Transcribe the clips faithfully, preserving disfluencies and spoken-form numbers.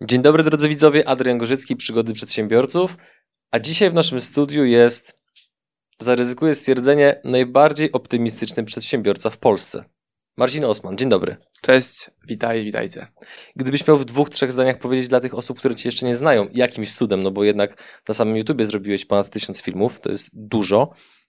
Dzień dobry drodzy widzowie, Adrian Gorzycki, Przygody Przedsiębiorców, a dzisiaj w naszym studiu jest, zaryzykuję stwierdzenie, najbardziej optymistyczny przedsiębiorca w Polsce. Marcin Osman, dzień dobry. Cześć, witaj, witajcie. Gdybyś miał w dwóch, trzech zdaniach powiedzieć dla tych osób, które Cię jeszcze nie znają, jakimś cudem, no bo jednak na samym YouTubie zrobiłeś ponad tysiąc filmów, to jest dużo,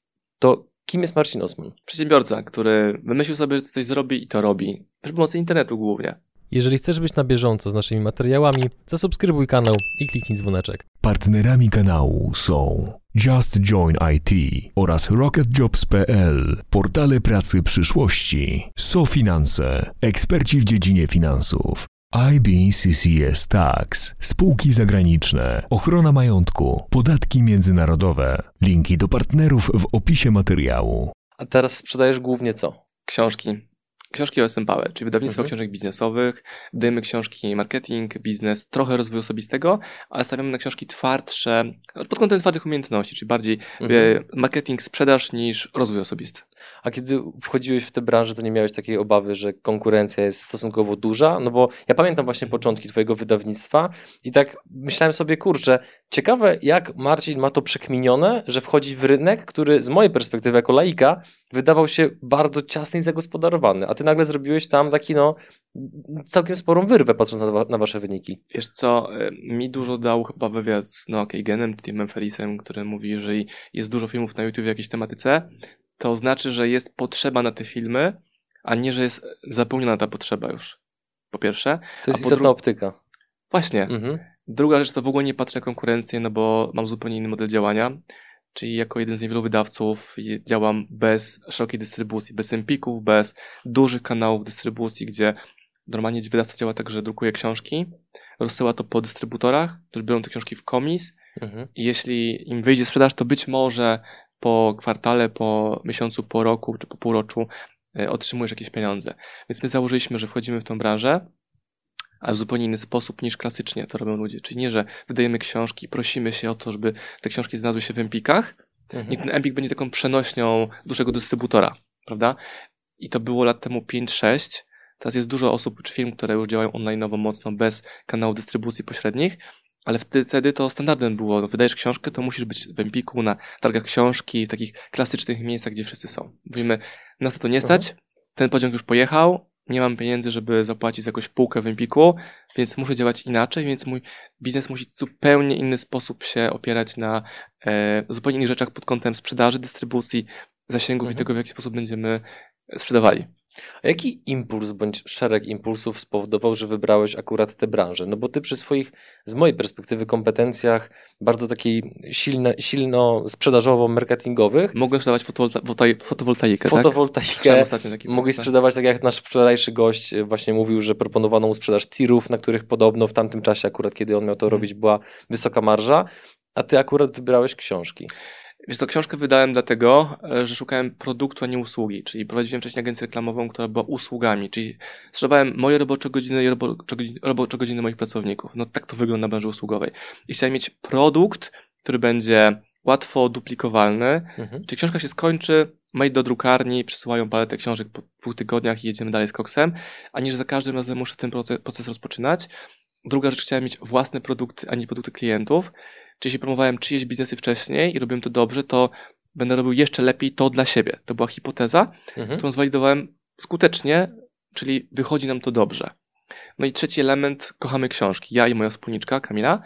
to kim jest Marcin Osman? Przedsiębiorca, który wymyślił sobie, że coś zrobi i to robi, przy pomocy internetu głównie. Jeżeli chcesz być na bieżąco z naszymi materiałami, zasubskrybuj kanał i kliknij dzwoneczek. Partnerami kanału są Just Join I T oraz rocket jobs kropka p l, portale pracy przyszłości, SoFinanse, eksperci w dziedzinie finansów, I B C C S Tax, spółki zagraniczne, ochrona majątku, podatki międzynarodowe. Linki do partnerów w opisie materiału. A teraz sprzedajesz głównie co? Książki. Książki o S M Power, czyli wydawnictwo Mhm. książek biznesowych. Wydajemy książki marketing, biznes, trochę rozwoju osobistego, ale stawiamy na książki twardsze, pod kątem twardych umiejętności, czyli bardziej Mhm. e, marketing, sprzedaż niż rozwój osobisty. A kiedy wchodziłeś w tę branżę, to nie miałeś takiej obawy, że konkurencja jest stosunkowo duża? No bo ja pamiętam właśnie początki twojego wydawnictwa i tak myślałem sobie, kurczę, ciekawe jak Marcin ma to przekminione, że wchodzi w rynek, który z mojej perspektywy jako laika wydawał się bardzo ciasny i zagospodarowany, a ty nagle zrobiłeś tam taki no całkiem sporą wyrwę, patrząc na, na wasze wyniki. Wiesz co, e, mi dużo dał chyba wywiad z Noah Kaganem, Timem Ferrisem, który mówi, że jeżeli jest dużo filmów na YouTube w jakiejś tematyce, to znaczy, że jest potrzeba na te filmy, a nie, że jest zapełniona ta potrzeba już. Po pierwsze. To jest A po istotna dru- optyka. Właśnie. Mhm. Druga rzecz to w ogóle nie patrzę na konkurencję, no bo mam zupełnie inny model działania. Czyli jako jeden z niewielu wydawców je- działam bez szerokiej dystrybucji, bez empików, bez dużych kanałów dystrybucji, gdzie normalnie wydawca działa tak, że drukuje książki, rozsyła to po dystrybutorach, którzy biorą te książki w komis Mhm. i jeśli im wyjdzie sprzedaż, to być może po kwartale, po miesiącu, po roku czy po półroczu e, otrzymujesz jakieś pieniądze. Więc my założyliśmy, że wchodzimy w tę branżę, ale w zupełnie inny sposób niż klasycznie to robią ludzie. Czyli nie, że wydajemy książki, prosimy się o to, żeby te książki znalazły się w empikach. Mhm. Niech ten empik będzie taką przenośnią dużego dystrybutora, prawda? I to było lat temu pięć sześć. Teraz jest dużo osób czy firm, które już działają online'owo mocno, bez kanału dystrybucji pośrednich, ale wtedy, wtedy to standardem było, no, wydajesz książkę, to musisz być w empiku, na targach książki, w takich klasycznych miejscach, gdzie wszyscy są. Mówimy, nas na to nie stać, ten pociąg już pojechał, nie mam pieniędzy, żeby zapłacić za jakąś półkę w empiku, więc muszę działać inaczej, więc mój biznes musi w zupełnie inny sposób się opierać na e, zupełnie innych rzeczach pod kątem sprzedaży, dystrybucji, zasięgów Mhm. i tego, w jaki sposób będziemy sprzedawali. A jaki impuls bądź szereg impulsów spowodował, że wybrałeś akurat tę branżę? No bo ty przy swoich, z mojej perspektywy, kompetencjach bardzo takiej silne, silno sprzedażowo-marketingowych, Mogłem sprzedawać fotowolta- wota- fotowoltaikę, tak? fotowoltaikę, Słyszałem ostatnio taki mogłeś tekst, tak? sprzedawać, tak jak nasz wczorajszy gość właśnie mówił, że proponowano mu sprzedaż tirów, na których podobno w tamtym czasie akurat, kiedy on miał to Mhm. robić, była wysoka marża, a ty akurat wybrałeś książki. Wiesz co, książkę wydałem dlatego, e, że szukałem produktu, a nie usługi, czyli prowadziłem wcześniej agencję reklamową, która była usługami, czyli sprzedawałem moje robocze godziny i robocze godziny, robocze godziny moich pracowników. No tak to wygląda na branży usługowej. I chciałem mieć produkt, który będzie łatwo duplikowalny, Mhm. czyli książka się skończy, mail do drukarni, przysyłają paletę książek po dwóch tygodniach i jedziemy dalej z koksem, a nie, że za każdym razem muszę ten proces, proces rozpoczynać. Druga rzecz, chciałem mieć własne produkty, a nie produkty klientów. Czyli jeśli promowałem czyjeś biznesy wcześniej i robiłem to dobrze, to będę robił jeszcze lepiej to dla siebie. To była hipoteza, Mhm. którą zwalidowałem skutecznie, czyli wychodzi nam to dobrze. No i trzeci element, kochamy książki. Ja i moja wspólniczka Kamila.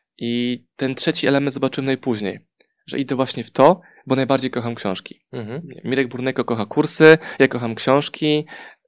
I ten trzeci element zobaczyłem najpóźniej, że idę właśnie w to, bo najbardziej kocham książki. Mhm. Mirek Burnejko kocha kursy, ja kocham książki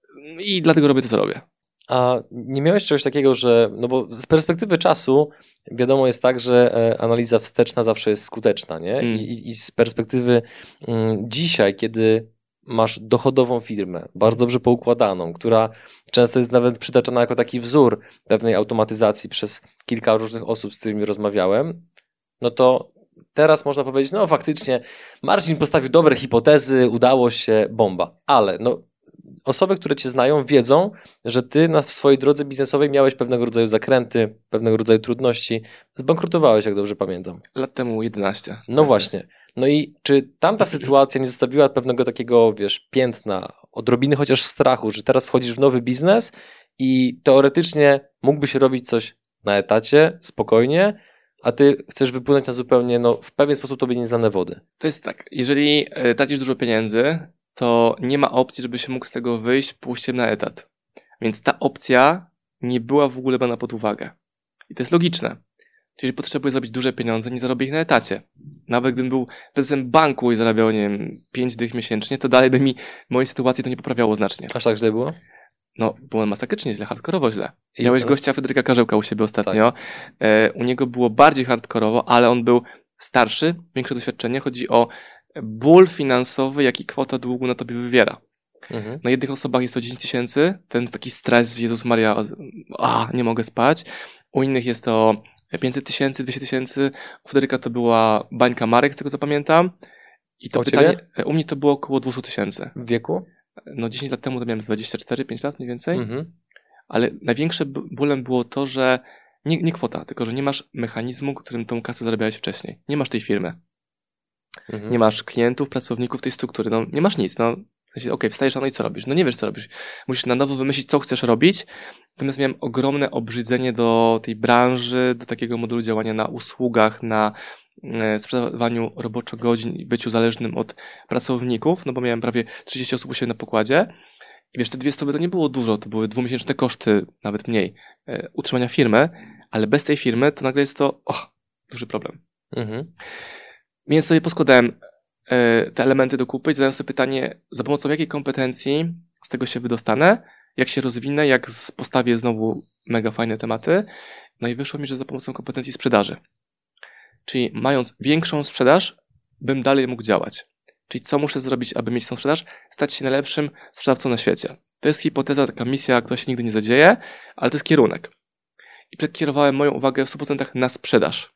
i dlatego robię to, co robię. A nie miałeś czegoś takiego, że, no bo z perspektywy czasu wiadomo jest tak, że e, analiza wsteczna zawsze jest skuteczna, nie? Mm. I, i, I z perspektywy mm, dzisiaj, kiedy masz dochodową firmę, bardzo dobrze poukładaną, która często jest nawet przytaczana jako taki wzór pewnej automatyzacji przez kilka różnych osób, z którymi rozmawiałem, no to teraz można powiedzieć, no faktycznie Marcin postawił dobre hipotezy, udało się, bomba, ale no osoby, które cię znają, wiedzą, że ty na w swojej drodze biznesowej miałeś pewnego rodzaju zakręty, pewnego rodzaju trudności. Zbankrutowałeś, jak dobrze pamiętam. Lat temu jedenaście. No właśnie. No i czy tamta sytuacja nie zostawiła pewnego takiego, wiesz, piętna, odrobiny chociaż strachu, że teraz wchodzisz w nowy biznes i teoretycznie mógłbyś robić coś na etacie, spokojnie, a ty chcesz wypłynąć na zupełnie, no w pewien sposób tobie nieznane wody. To jest tak, jeżeli e, tracisz dużo pieniędzy, to nie ma opcji, żeby się mógł z tego wyjść pójściem na etat. Więc ta opcja nie była w ogóle brana pod uwagę. I to jest logiczne. Jeżeli potrzebuję zrobić duże pieniądze, nie zarobię ich na etacie. Nawet gdybym był prezesem banku i zarabiał, nie wiem, pięć dych miesięcznie, to dalej by mi mojej sytuacji to nie poprawiało znacznie. Aż tak źle było? No, byłem masakrycznie źle, hardkorowo źle. I- Miałeś gościa Fryderyka Karzełka u siebie ostatnio. E, u niego było bardziej hardkorowo, ale on był starszy, większe doświadczenie. Chodzi o ból finansowy, jaki kwota długu na tobie wywiera. Mhm. Na jednych osobach jest to dziesięć tysięcy, ten taki stres, Jezus Maria, a, nie mogę spać. U innych jest to pięćset tysięcy, dwieście tysięcy. U Fryderyka to była bańka marek, z tego co pamiętam. I to A u pytanie, ciebie? u mnie to było około dwieście tysięcy. W wieku? No dziesięć lat temu to miałem z dwadzieścia cztery pięć lat mniej więcej. Mhm. Ale największe b- bólem było to, że nie, nie kwota, tylko że nie masz mechanizmu, którym tą kasę zarabiałeś wcześniej. Nie masz tej firmy. Mhm. Nie masz klientów, pracowników, tej struktury. No nie masz nic. No, w sensie, okej, wstajesz rano i co robisz? No nie wiesz, co robisz. Musisz na nowo wymyślić, co chcesz robić. Natomiast miałem ogromne obrzydzenie do tej branży, do takiego modelu działania na usługach, na e, sprzedawaniu roboczo godzin i byciu zależnym od pracowników, no bo miałem prawie trzydzieści osób u siebie na pokładzie. I wiesz, te dwie stówy to nie było dużo, to były dwumiesięczne koszty, nawet mniej, e, utrzymania firmy, ale bez tej firmy to nagle jest to, och, duży problem. Mhm. Więc sobie poskładałem e, te elementy do kupy i zadałem sobie pytanie, za pomocą jakiej kompetencji z tego się wydostanę, jak się rozwinę, jak z- postawię znowu mega fajne tematy. No i wyszło mi, że za pomocą kompetencji sprzedaży. Czyli mając większą sprzedaż, bym dalej mógł działać. Czyli co muszę zrobić, aby mieć tą sprzedaż? Stać się najlepszym sprzedawcą na świecie. To jest hipoteza, taka misja, która się nigdy nie zadzieje, ale to jest kierunek. I przekierowałem moją uwagę w stu procentach na sprzedaż.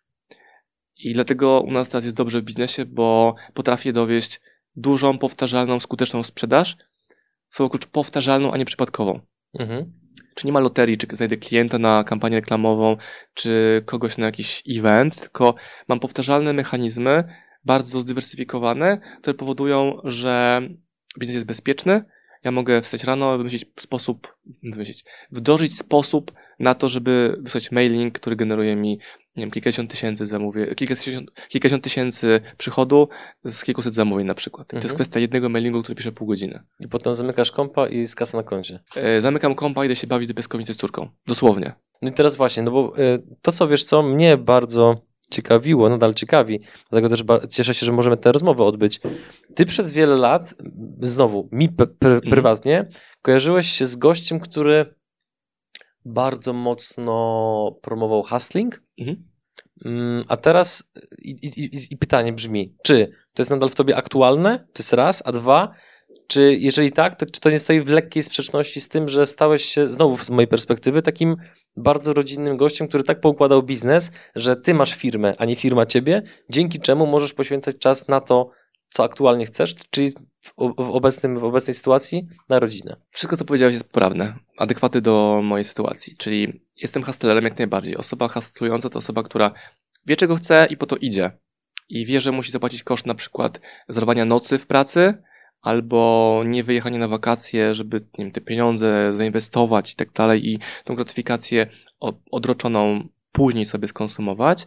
I dlatego u nas teraz jest dobrze w biznesie, bo potrafię dowieść dużą, powtarzalną, skuteczną sprzedaż. Słowo klucz powtarzalną, a nie przypadkową. Mhm. Czy nie ma loterii, czy znajdę klienta na kampanię reklamową, czy kogoś na jakiś event, tylko mam powtarzalne mechanizmy, bardzo zdywersyfikowane, które powodują, że biznes jest bezpieczny. Ja mogę wstać rano, wymyślić sposób, wymyślić, wdrożyć sposób na to, żeby wysłać mailing, który generuje mi, nie wiem, kilkadziesiąt tysięcy zamówień, kilkadziesiąt, kilkadziesiąt tysięcy przychodu z kilkuset zamówień na przykład. I to jest Mhm. kwestia jednego mailingu, który pisze pół godziny. I potem zamykasz kompa i jest kasa na koncie. E, Zamykam kompa, idę się bawić do piaskownicy z córką. Dosłownie. No i teraz właśnie, no bo y, to co, wiesz co, mnie bardzo ciekawiło, nadal ciekawi, dlatego też ba- cieszę się, że możemy tę rozmowę odbyć. Ty przez wiele lat, znowu, mi p- pr- prywatnie, kojarzyłeś się z gościem, który bardzo mocno promował hustling, Mhm. Mm, a teraz i, i, i, i pytanie brzmi, czy to jest nadal w tobie aktualne? To jest raz, a dwa, czy jeżeli tak, to czy to nie stoi w lekkiej sprzeczności z tym, że stałeś się, znowu z mojej perspektywy, takim bardzo rodzinnym gościem, który tak poukładał biznes, że ty masz firmę, a nie firma ciebie, dzięki czemu możesz poświęcać czas na to, co aktualnie chcesz, czyli w, w, obecnym, w obecnej sytuacji na rodzinę. Wszystko, co powiedziałeś, jest poprawne, adekwatne do mojej sytuacji. Czyli jestem hustlerem jak najbardziej. Osoba hustlująca to osoba, która wie, czego chce i po to idzie. I wie, że musi zapłacić koszt na przykład zerwania nocy w pracy albo nie wyjechanie na wakacje, żeby nie wiem, te pieniądze zainwestować i tak dalej i tą gratyfikację o- odroczoną później sobie skonsumować.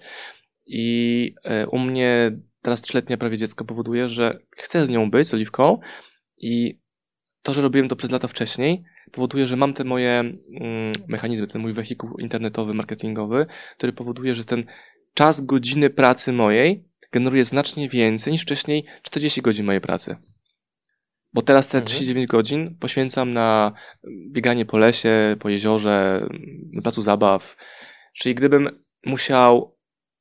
I e, u mnie teraz trzyletnie prawie dziecko powoduje, że chcę z nią być, z Oliwką i to, że robiłem to przez lata wcześniej, powoduje, że mam te moje mm, mechanizmy, ten mój wehikuł internetowy, marketingowy, który powoduje, że ten czas godziny pracy mojej generuje znacznie więcej niż wcześniej czterdzieści godzin mojej pracy. Bo teraz te Mhm. trzydzieści dziewięć godzin poświęcam na bieganie po lesie, po jeziorze, na placu zabaw. Czyli gdybym musiał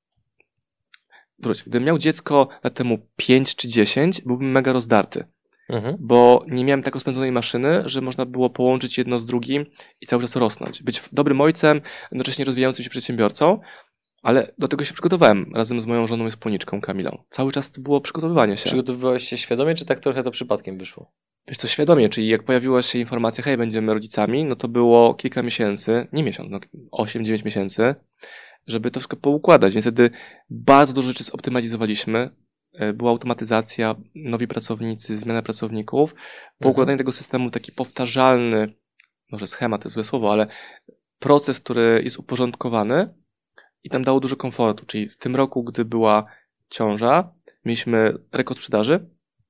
wróć, gdybym miał dziecko lat temu pięć czy dziesięć, byłbym mega rozdarty. Mhm. Bo nie miałem tak rozpędzonej maszyny, że można było połączyć jedno z drugim i cały czas rosnąć. Być dobrym ojcem, jednocześnie rozwijającym się przedsiębiorcą, ale do tego się przygotowałem razem z moją żoną i wspólniczką Kamilą. Cały czas to było przygotowywanie się. Przygotowywałeś się świadomie, czy tak trochę to przypadkiem wyszło? Wiesz co, świadomie, czyli jak pojawiła się informacja, hej, będziemy rodzicami, no to było kilka miesięcy, nie miesiąc, no osiem dziewięć miesięcy, żeby to wszystko poukładać, więc wtedy bardzo dużo rzeczy zoptymalizowaliśmy. Była automatyzacja, nowi pracownicy, zmiana pracowników, poukładanie tego systemu w taki powtarzalny, może schemat to jest złe słowo, ale proces, który jest uporządkowany i nam dało dużo komfortu. Czyli w tym roku, gdy była ciąża, mieliśmy rekord sprzedaży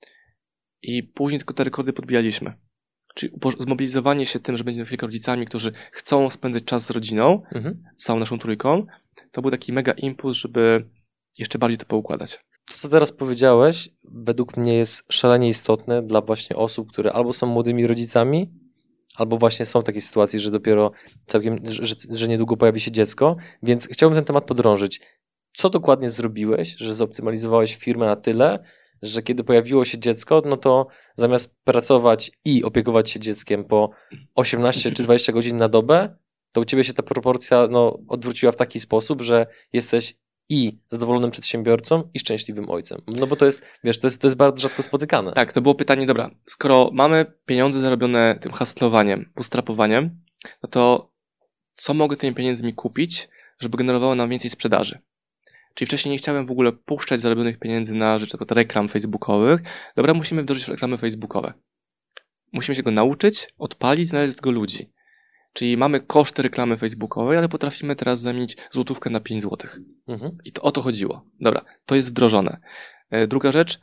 i później tylko te rekordy podbijaliśmy. Czyli zmobilizowanie się tym, że będziemy chwilkę rodzicami, którzy chcą spędzać czas z rodziną, Mhm. z całą naszą trójką, to był taki mega impuls, żeby jeszcze bardziej to poukładać. To, co teraz powiedziałeś, według mnie jest szalenie istotne dla właśnie osób, które albo są młodymi rodzicami, albo właśnie są w takiej sytuacji, że dopiero całkiem, że, że niedługo pojawi się dziecko, więc chciałbym ten temat podrążyć. Co dokładnie zrobiłeś, że zoptymalizowałeś firmę na tyle, że kiedy pojawiło się dziecko, no to zamiast pracować i opiekować się dzieckiem po osiemnaście czy dwadzieścia godzin na dobę, to u ciebie się ta proporcja no, odwróciła w taki sposób, że jesteś i zadowolonym przedsiębiorcą i szczęśliwym ojcem. No bo to jest, wiesz, to jest, to jest bardzo rzadko spotykane. Tak, to było pytanie, dobra, skoro mamy pieniądze zarobione tym hustlowaniem, bootstrapowaniem, no to co mogę tymi pieniędzmi kupić, żeby generowało nam więcej sprzedaży? Czyli wcześniej nie chciałem w ogóle puszczać zarobionych pieniędzy na rzecz np. reklam facebookowych. Dobra, musimy wdrożyć reklamy facebookowe. Musimy się go nauczyć, odpalić, znaleźć do tego ludzi. Czyli mamy koszty reklamy facebookowej, ale potrafimy teraz zamienić złotówkę na pięć złotych. Mhm. I to o to chodziło. Dobra, to jest wdrożone. Druga rzecz,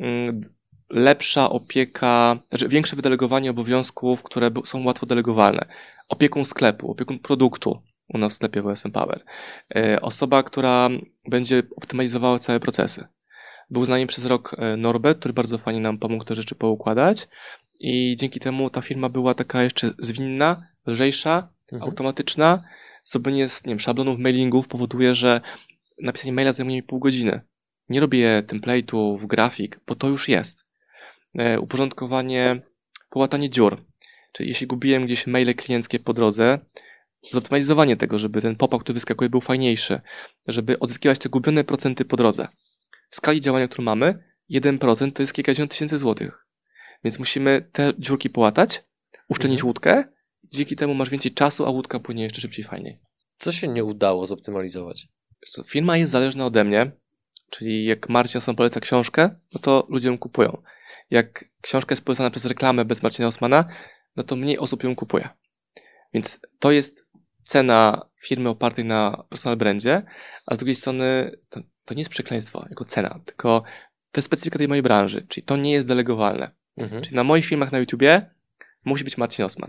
lepsza opieka, znaczy większe wydelegowanie obowiązków, które są łatwo delegowalne. Opiekun sklepu, opiekun produktu u nas w sklepie W S M Power. Osoba, która będzie optymalizowała całe procesy. Był z nami przez rok Norbert, który bardzo fajnie nam pomógł te rzeczy poukładać i dzięki temu ta firma była taka jeszcze zwinna, lżejsza, mhm. automatyczna. Zrobienie nie wiem, szablonów mailingów powoduje, że napisanie maila zajmuje mi pół godziny. Nie robię template'ów, grafik, bo to już jest. E, uporządkowanie, połatanie dziur. Czyli jeśli gubiłem gdzieś maile klienckie po drodze, zoptymalizowanie tego, żeby ten pop-up, który wyskakuje, był fajniejszy. Żeby odzyskiwać te gubione procenty po drodze. W skali działania, którą mamy, jeden procent to jest kilkadziesiąt tysięcy złotych. Więc musimy te dziurki połatać, uszczelnić mhm. łódkę. Dzięki temu masz więcej czasu, a łódka płynie jeszcze szybciej, fajniej. Co się nie udało zoptymalizować? Firma jest zależna ode mnie, czyli jak Marcin Osman poleca książkę, no to ludzie ją kupują. Jak książka jest polecana przez reklamę bez Marcina Osmana, no to mniej osób ją kupuje. Więc to jest cena firmy opartej na personal brandzie, a z drugiej strony to, to nie jest przekleństwo jako cena, tylko to jest specyfika tej mojej branży, czyli to nie jest delegowalne. Mhm. Czyli na moich filmach na YouTubie musi być Marcin Osman.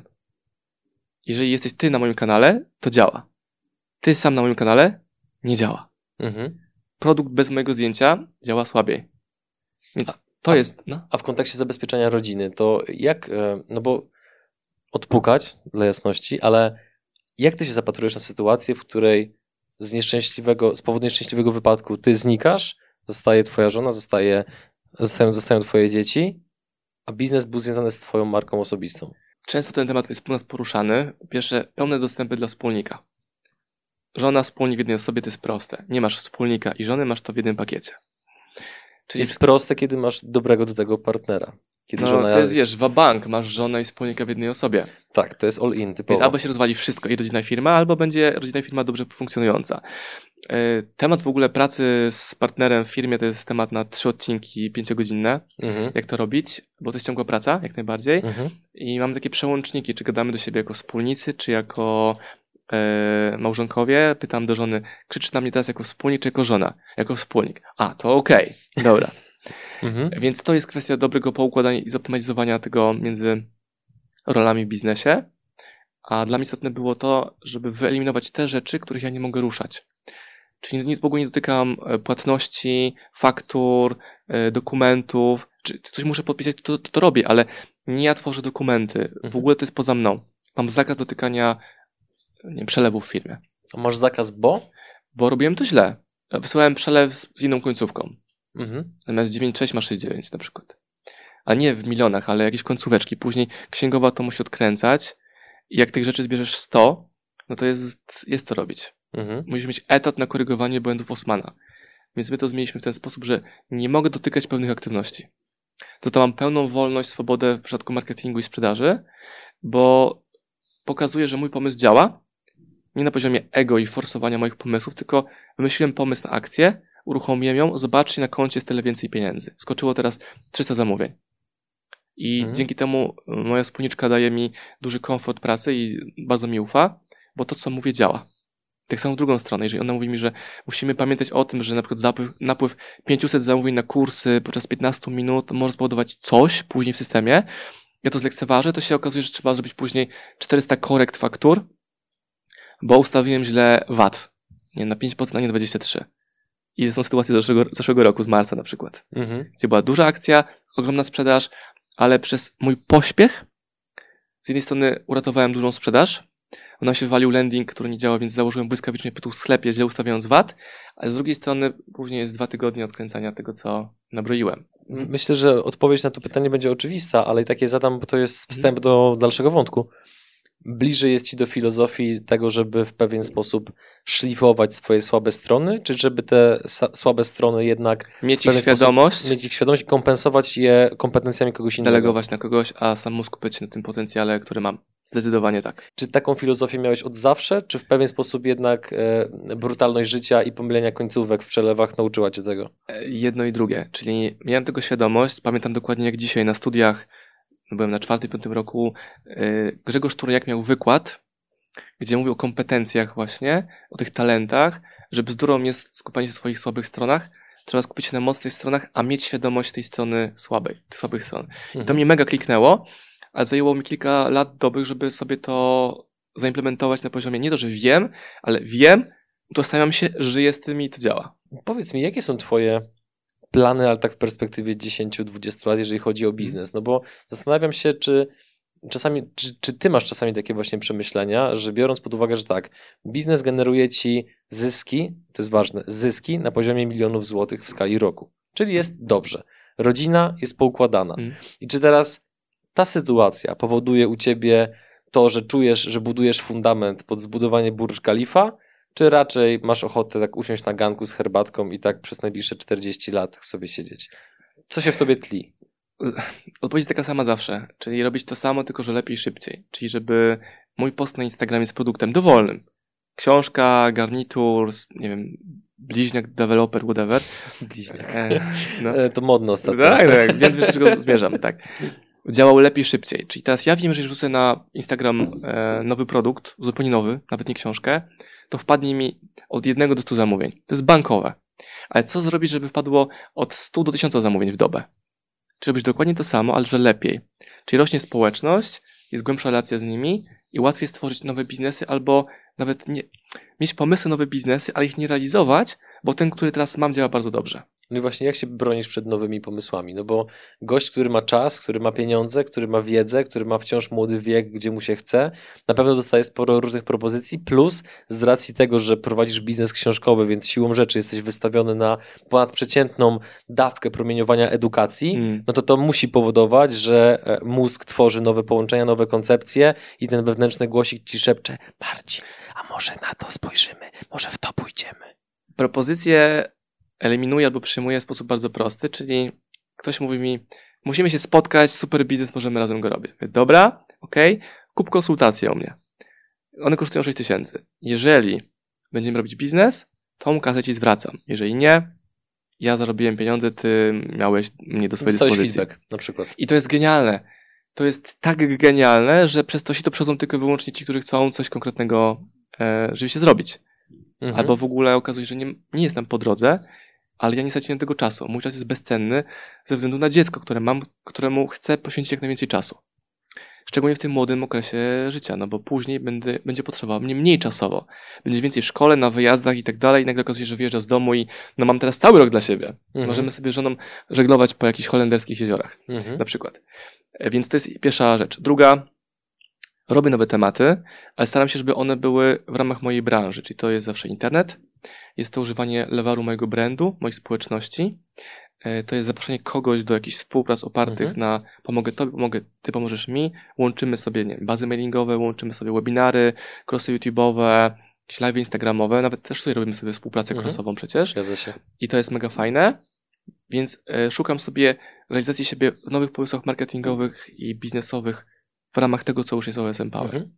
Jeżeli jesteś ty na moim kanale, to działa. Ty sam na moim kanale nie działa. Mhm. Produkt bez mojego zdjęcia działa słabiej. Więc a, to a jest... No. A w kontekście zabezpieczenia rodziny, to jak... No bo odpukać, dla jasności, ale jak ty się zapatrujesz na sytuację, w której z nieszczęśliwego, z powodu nieszczęśliwego wypadku ty znikasz, zostaje twoja żona, zostaje, zostają, zostają twoje dzieci, a biznes był związany z twoją marką osobistą? Często ten temat jest u nas poruszany. Pierwsze, pełne dostępy dla wspólnika. Żona, wspólnik w jednej osobie to jest proste. Nie masz wspólnika i żony, masz to w jednym pakiecie. Czyli jest proste, kiedy masz dobrego do tego partnera. Kiedy no żona to jest, wiesz, wabank, masz żonę i wspólnika w jednej osobie. Tak, to jest all in, typowo. Więc albo się rozwali wszystko i rodzina i firma, albo będzie rodzina i firma dobrze funkcjonująca. Temat w ogóle pracy z partnerem w firmie to jest temat na trzy odcinki pięciogodzinne. Mhm. Jak to robić, bo to jest ciągła praca, jak najbardziej. Mhm. I mamy takie przełączniki, czy gadamy do siebie jako wspólnicy, czy jako e, małżonkowie. Pytam do żony, krzyczysz na mnie teraz jako wspólnik, czy jako żona? Jako wspólnik. A, to okej, okay. Dobra. Mhm. Więc to jest kwestia dobrego poukładania i zoptymalizowania tego między rolami w biznesie. A dla mnie istotne było to, żeby wyeliminować te rzeczy, których ja nie mogę ruszać. Czyli nic w ogóle nie dotykam płatności, faktur, dokumentów. Czy coś muszę podpisać, to, to, to robię, ale nie ja tworzę dokumenty. Mhm. W ogóle to jest poza mną. Mam zakaz dotykania nie wiem, przelewów w firmie. A masz zakaz, bo? Bo robiłem to źle. Wysyłałem przelew z, z inną końcówką. Mhm. Zamiast dziewięć sześć ma sześć dziewięć na przykład. A nie w milionach, ale jakieś końcóweczki. Później księgowa to musi odkręcać. I jak tych rzeczy zbierzesz sto, no to jest, jest co robić. Mhm. Musisz mieć etat na korygowanie błędów Osmana. Więc my to zmieniliśmy w ten sposób, że nie mogę dotykać pewnych aktywności. To to mam pełną wolność, swobodę w przypadku marketingu i sprzedaży, bo pokazuje, że mój pomysł działa. Nie na poziomie ego i forsowania moich pomysłów, tylko wymyśliłem pomysł na akcję, uruchomiłem ją, zobaczcie, na koncie jest tyle więcej pieniędzy. Skoczyło teraz trzysta zamówień. I mhm. dzięki temu moja wspólniczka daje mi duży komfort pracy i bardzo mi ufa, bo to, co mówię, działa. Tak samo w drugą stronę, jeżeli ona mówi mi, że musimy pamiętać o tym, że na przykład napływ, napływ pięćset zamówień na kursy podczas piętnastu minut może spowodować coś później w systemie, ja to zlekceważę, to się okazuje, że trzeba zrobić później czterysta korekt faktur, bo ustawiłem źle V A T. Nie, na pięć procent, a nie dwadzieścia trzy procent. I są sytuacje z zeszłego, zeszłego roku, z marca na przykład, Mhm. gdzie była duża akcja, ogromna sprzedaż, ale przez mój pośpiech z jednej strony uratowałem dużą sprzedaż, ona się walił landing, który nie działał, więc założyłem błyskawicznie tytuł w sklepie, źle ustawiając V A T, a z drugiej strony później jest dwa tygodnie odkręcania tego, co nabroiłem. Myślę, że odpowiedź na to pytanie będzie oczywista, ale i takie zadam, bo to jest wstęp do dalszego wątku. Bliżej jest ci do filozofii tego, żeby w pewien sposób szlifować swoje słabe strony, czy żeby te słabe strony jednak Mieć w pewien ich świadomość, sposób, mieć ich świadomość i kompensować je kompetencjami kogoś innego? delegować na kogoś, a samemu skupiać się na tym potencjale, który mam. Zdecydowanie tak. Czy taką filozofię miałeś od zawsze, czy w pewien sposób jednak e, brutalność życia i pomylenia końcówek w przelewach nauczyła cię tego? Jedno i drugie, czyli miałem tego świadomość, pamiętam dokładnie jak dzisiaj na studiach, byłem na czwartym, piątym roku, Grzegorz Turniak miał wykład, gdzie mówił o kompetencjach właśnie, o tych talentach, że bzdurą jest skupianie się na swoich słabych stronach, trzeba skupić się na mocnych stronach, a mieć świadomość tej strony słabej, tych słabych stron. Mhm. I to mnie mega kliknęło, a zajęło mi kilka lat dobrych, żeby sobie to zaimplementować na poziomie nie to, że wiem, ale wiem, utożsamiam się, żyję z tym i to działa. Powiedz mi, jakie są twoje plany, ale tak w perspektywie dziesięć do dwudziestu lat, jeżeli chodzi o biznes? No bo zastanawiam się, czy czasami, czy, czy ty masz czasami takie właśnie przemyślenia, że biorąc pod uwagę, że tak, biznes generuje ci zyski, to jest ważne, zyski na poziomie milionów złotych w skali roku. Czyli jest dobrze. Rodzina jest poukładana. Mm. I czy teraz ta sytuacja powoduje u ciebie to, że czujesz, że budujesz fundament pod zbudowanie Burj Khalifa, czy raczej masz ochotę tak usiąść na ganku z herbatką i tak przez najbliższe czterdzieści lat sobie siedzieć? Co się w tobie tli? Odpowiedź jest taka sama zawsze, czyli robić to samo, tylko że lepiej i szybciej. Czyli żeby mój post na Instagramie jest produktem dowolnym. Książka, garnitur, nie wiem, bliźniak, developer, whatever. Bliźniak. E, no. E, To modne ostatnio. Tak, tak, wiem, do czego zmierzam, tak. Działał lepiej, szybciej. Czyli teraz ja wiem, że jeżeli rzucę na Instagram e, nowy produkt, zupełnie nowy, nawet nie książkę, to wpadnie mi od jednego do stu zamówień. To jest bankowe. Ale co zrobić, żeby wpadło od stu do tysiąca zamówień w dobę? Czy robić dokładnie to samo, ale że lepiej. Czyli rośnie społeczność, jest głębsza relacja z nimi i łatwiej stworzyć nowe biznesy albo nawet nie, mieć pomysły nowe biznesy, ale ich nie realizować, bo ten, który teraz mam, działa bardzo dobrze. No i właśnie jak się bronisz przed nowymi pomysłami? No bo gość, który ma czas, który ma pieniądze, który ma wiedzę, który ma wciąż młody wiek, gdzie mu się chce, na pewno dostaje sporo różnych propozycji, plus z racji tego, że prowadzisz biznes książkowy, więc siłą rzeczy jesteś wystawiony na ponadprzeciętną dawkę promieniowania edukacji, Mm. no to to musi powodować, że mózg tworzy nowe połączenia, nowe koncepcje i ten wewnętrzny głosik ci szepcze: Marcin, a może na to spojrzymy, może w to pójdziemy. Propozycję eliminuję albo przyjmuję w sposób bardzo prosty, czyli ktoś mówi mi, musimy się spotkać, super biznes, możemy razem go robić. Mówię, dobra, okej, okay, kup konsultację u mnie. One kosztują sześć tysięcy. Jeżeli będziemy robić biznes, to mu kasę ci zwracam. Jeżeli nie, ja zarobiłem pieniądze, ty miałeś mnie do swojej Dostałeś dyspozycji. feedback na przykład. I to jest genialne. To jest tak genialne, że przez to się to przychodzą tylko i wyłącznie ci, którzy chcą coś konkretnego e, rzeczywiście zrobić. Mhm. Albo w ogóle okazuje się, że nie, nie jest nam po drodze, ale ja nie straciłem tego czasu. Mój czas jest bezcenny ze względu na dziecko, które mam, któremu chcę poświęcić jak najwięcej czasu. Szczególnie w tym młodym okresie życia, no bo później będę, będzie potrzebował mnie mniej czasowo. Będzie więcej w szkole, na wyjazdach i tak dalej i nagle okazuje się, że wyjeżdża z domu i no mam teraz cały rok dla siebie. Mhm. Możemy sobie z żoną żeglować po jakichś holenderskich jeziorach, Mhm. na przykład. E, Więc to jest pierwsza rzecz. Druga, robię nowe tematy, ale staram się, żeby one były w ramach mojej branży, czyli to jest zawsze internet, jest to używanie lewaru mojego brandu, moich społeczności, to jest zaproszenie kogoś do jakichś współprac opartych Mhm. na pomogę tobie, pomogę, ty pomożesz mi, łączymy sobie, nie wiem, bazy mailingowe, łączymy sobie webinary, crossy YouTube'owe, jakieś live instagramowe, nawet też tutaj robimy sobie współpracę Mhm. crossową przecież Zgadza się. i to jest mega fajne, więc e, szukam sobie realizacji siebie w nowych pomysłach marketingowych i biznesowych w ramach tego, co już jest O S M Power. Mhm.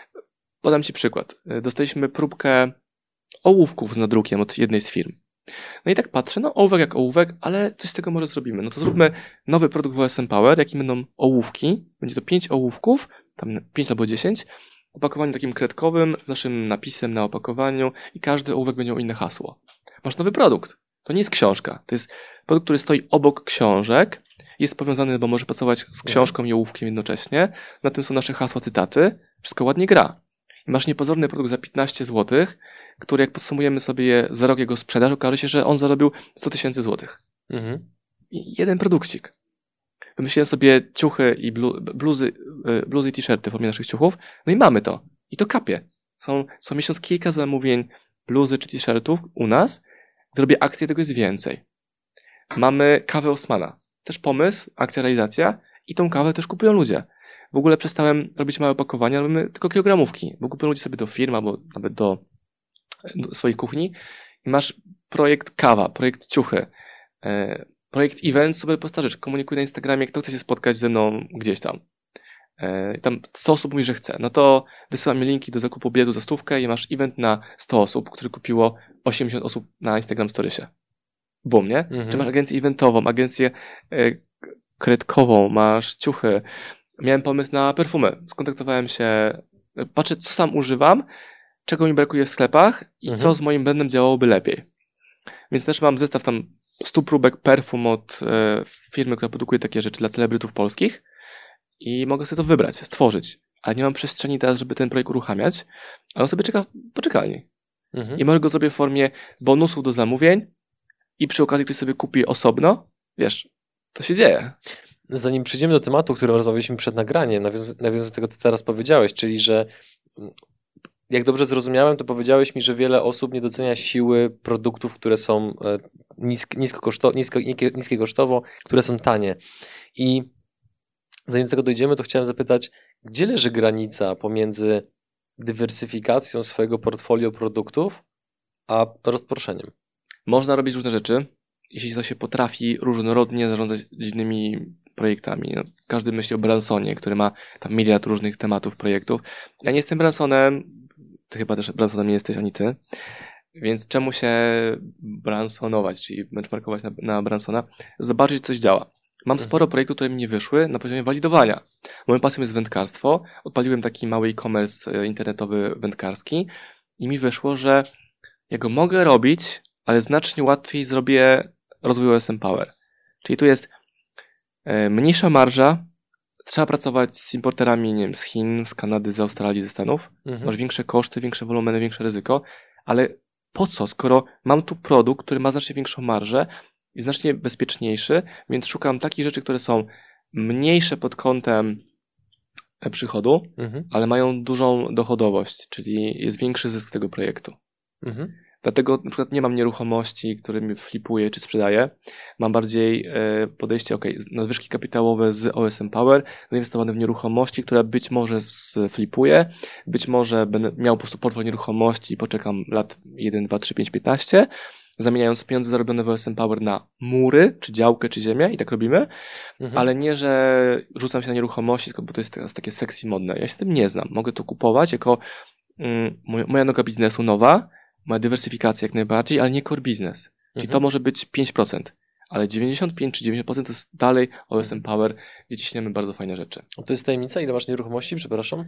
Podam ci przykład. E, Dostaliśmy próbkę ołówków z nadrukiem od jednej z firm. No i tak patrzę, no ołówek jak ołówek, ale coś z tego może zrobimy. No to zróbmy nowy produkt w O S M Power, jakim będą ołówki. Będzie to pięć ołówków, tam pięć albo dziesięć, opakowaniu takim kredkowym, z naszym napisem na opakowaniu i każdy ołówek będzie miał inne hasło. Masz nowy produkt. To nie jest książka. To jest produkt, który stoi obok książek, jest powiązany, bo może pracować z książką i ołówkiem jednocześnie. Na tym są nasze hasła, cytaty. Wszystko ładnie gra. I masz niepozorny produkt za piętnaście złotych, który jak podsumujemy sobie za rok jego sprzedaż, okaże się, że on zarobił sto tysięcy złotych. Mhm. I jeden produkcik. Wymyśliłem sobie ciuchy i blu, bluzy, bluzy i t-shirty w formie naszych ciuchów, no i mamy to. I to kapie. Są co miesiąc kilka zamówień bluzy czy t-shirtów u nas. Gdy robię akcję, tego jest więcej. Mamy kawę Osmana. Też pomysł, akcja, realizacja i tą kawę też kupują ludzie. W ogóle przestałem robić małe opakowania, robimy tylko kilogramówki, bo kupują ludzie sobie do firm albo nawet do, do swoich kuchni i masz projekt kawa, projekt ciuchy, e, projekt event, super prosta rzecz. Komunikuj na Instagramie, kto chce się spotkać ze mną gdzieś tam. E, tam sto osób mówi, że chce. No to wysyłam mi linki do zakupu biletu za stówkę i masz event na sto osób, który kupiło osiemdziesiąt osób na Instagram Storiesie. Bum, nie? Mhm. Czy masz agencję eventową, agencję e, kredkową, masz ciuchy. Miałem pomysł na perfumy. Skontaktowałem się, patrzę, co sam używam, czego mi brakuje w sklepach i Mhm. co z moim brandem działałoby lepiej. Więc też mam zestaw tam stu próbek perfum od e, firmy, która produkuje takie rzeczy dla celebrytów polskich i mogę sobie to wybrać, stworzyć. Ale nie mam przestrzeni teraz, żeby ten projekt uruchamiać, ale on sobie czeka w poczekalni. Mhm. I może go zrobię w formie bonusów do zamówień i przy okazji ktoś sobie kupi osobno. Wiesz, to się dzieje. Zanim przejdziemy do tematu, o którym rozmawialiśmy przed nagraniem, nawiązując nawiązując do tego, co teraz powiedziałeś, czyli że jak dobrze zrozumiałem, to powiedziałeś mi, że wiele osób nie docenia siły produktów, które są nisk, nisko koszto, nisko, niskokosztowo, które są tanie. I zanim do tego dojdziemy, to chciałem zapytać, gdzie leży granica pomiędzy dywersyfikacją swojego portfolio produktów a rozproszeniem? Można robić różne rzeczy, jeśli to się potrafi różnorodnie zarządzać dziwnymi projektami. No, każdy myśli o Bransonie, który ma tam miliard różnych tematów, projektów. Ja nie jestem Bransonem, ty chyba też Bransonem nie jesteś, ani ty. Więc czemu się bransonować, czyli benchmarkować na, na Bransona? Zobaczyć, coś działa. Mam sporo projektów, które mi nie wyszły na poziomie walidowania. Moją pasją jest wędkarstwo. Odpaliłem taki mały e-commerce internetowy wędkarski i mi wyszło, że ja go mogę robić, ale znacznie łatwiej zrobię rozwój O S M Power. Czyli tu jest e, mniejsza marża, trzeba pracować z importerami, nie wiem, z Chin, z Kanady, z Australii, ze Stanów. Mhm. Masz większe koszty, większe wolumeny, większe ryzyko, ale po co, skoro mam tu produkt, który ma znacznie większą marżę i znacznie bezpieczniejszy, więc szukam takich rzeczy, które są mniejsze pod kątem przychodu, Mhm. ale mają dużą dochodowość, czyli jest większy zysk z tego projektu. Mhm. Dlatego na przykład nie mam nieruchomości, którymi flipuję czy sprzedaję. Mam bardziej e, podejście, ok, nadwyżki kapitałowe z O S M Power, zainwestowane w nieruchomości, które być może flipuję, być może będę miał po prostu portfel nieruchomości i poczekam lat jeden, dwa, trzy, pięć, piętnaście, zamieniając pieniądze zarobione w O S M Power na mury, czy działkę, czy ziemię i tak robimy, Mhm. ale nie, że rzucam się na nieruchomości, tylko bo to jest teraz takie sexy modne. Ja się tym nie znam. Mogę to kupować jako mm, moja, moja noga biznesu nowa, moja dywersyfikacja jak najbardziej, ale nie core business. Czyli Mhm. to może być pięć procent, ale dziewięćdziesiąt pięć czy dziewięćdziesiąt procent to jest dalej O S M Power, gdzie ciśniemy bardzo fajne rzeczy. To jest tajemnica? Ile masz nieruchomości? Przepraszam.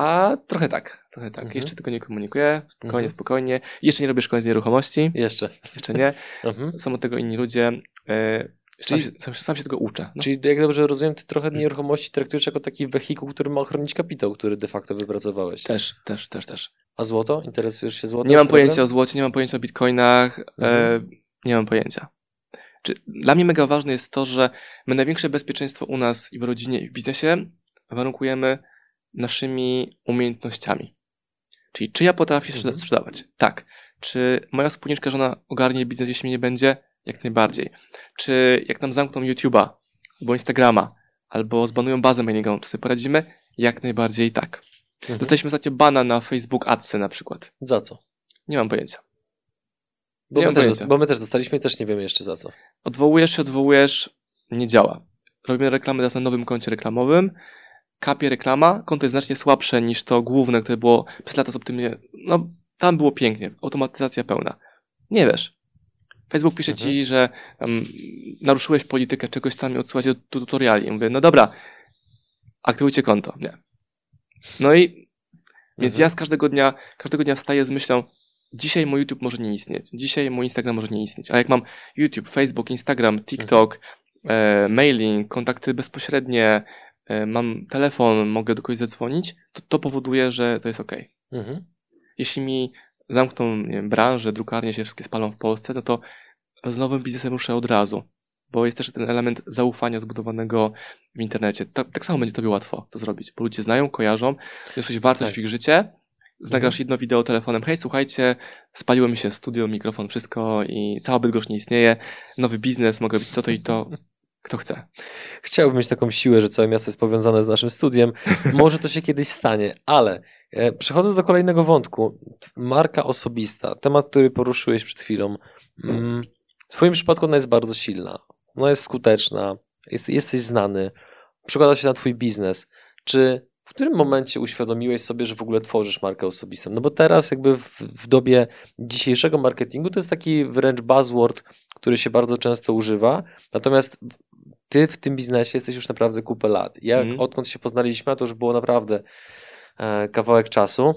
A trochę tak, trochę tak. Mhm. Jeszcze tego nie komunikuję, spokojnie, Mhm. spokojnie. Jeszcze nie robię szkoleń z nieruchomości, Jeszcze. jeszcze nie. Mhm. Są od tego inni ludzie. E, sam, Czyli- się, sam, sam się tego uczę. No. Czyli jak dobrze rozumiem, ty trochę nieruchomości traktujesz jako taki wehikuł, który ma ochronić kapitał, który de facto wypracowałeś. Też, też, też, też. A złoto? Interesujesz się złotem? Nie mam srebrem? pojęcia o złocie, nie mam pojęcia o bitcoinach, Mhm. e, nie mam pojęcia. Czy, dla mnie mega ważne jest to, że my największe bezpieczeństwo u nas i w rodzinie, i w biznesie warunkujemy naszymi umiejętnościami. Czyli czy ja potrafię sprzeda- Mhm. sprzedawać? Tak. Czy moja wspólniczka żona ogarnie biznes, jeśli mnie nie będzie? Jak najbardziej. Czy jak nam zamkną YouTube'a, albo Instagrama, albo zbanują bazę mailingową, czy sobie poradzimy? Jak najbardziej tak. Mhm. Dostaliśmy ostatnio bana na Facebook Adsy na przykład. Za co? Nie mam pojęcia. Bo Nie my, mam też, pojęcia. dos- bo my też dostaliśmy i też nie wiemy jeszcze za co. Odwołujesz się, odwołujesz, nie działa. Robimy reklamę teraz na nowym koncie reklamowym, kapie reklama, konto jest znacznie słabsze niż to główne, które było przez lata optymalnie, no tam było pięknie, automatyzacja pełna. Nie wiesz. Facebook pisze Mhm. ci, że um, naruszyłeś politykę, czegoś tam i odsyłać do tutoriali. Ja mówię, no dobra, aktywujcie konto. Nie. No i Więc Mhm. ja z każdego dnia, każdego dnia wstaję z myślą, dzisiaj mój YouTube może nie istnieć, dzisiaj mój Instagram może nie istnieć, a jak mam YouTube, Facebook, Instagram, TikTok, e, mailing, kontakty bezpośrednie, e, mam telefon, mogę do kogoś zadzwonić, to to powoduje, że to jest okej. Mhm. Jeśli mi zamkną, nie wiem, branżę, drukarnie się wszystkie spalą w Polsce, no to z nowym biznesem ruszę od razu, bo jest też ten element zaufania zbudowanego w internecie. Tak, tak samo będzie tobie łatwo to zrobić, bo ludzie znają, kojarzą, niosłeś wartość Tak. w ich życie, nagrasz jedno wideo telefonem, hej, słuchajcie, spaliło mi się studio, mikrofon, wszystko i cała Bydgoszcz nie istnieje, nowy biznes, mogę robić to, to i to, kto chce. Chciałbym mieć taką siłę, że całe miasto jest powiązane z naszym studiem. Może to się kiedyś stanie, ale e, przechodząc do kolejnego wątku, marka osobista, temat, który poruszyłeś przed chwilą. Mm, w twoim przypadku ona jest bardzo silna, ona jest skuteczna, jest, jesteś znany, przekłada się na twój biznes. Czy w którym momencie uświadomiłeś sobie, że w ogóle tworzysz markę osobistą? No bo teraz jakby w, w dobie dzisiejszego marketingu to jest taki wręcz buzzword, który się bardzo często używa, natomiast ty w tym biznesie jesteś już naprawdę kupę lat. Jak Mhm. odkąd się poznaliśmy, a to już było naprawdę e, kawałek czasu,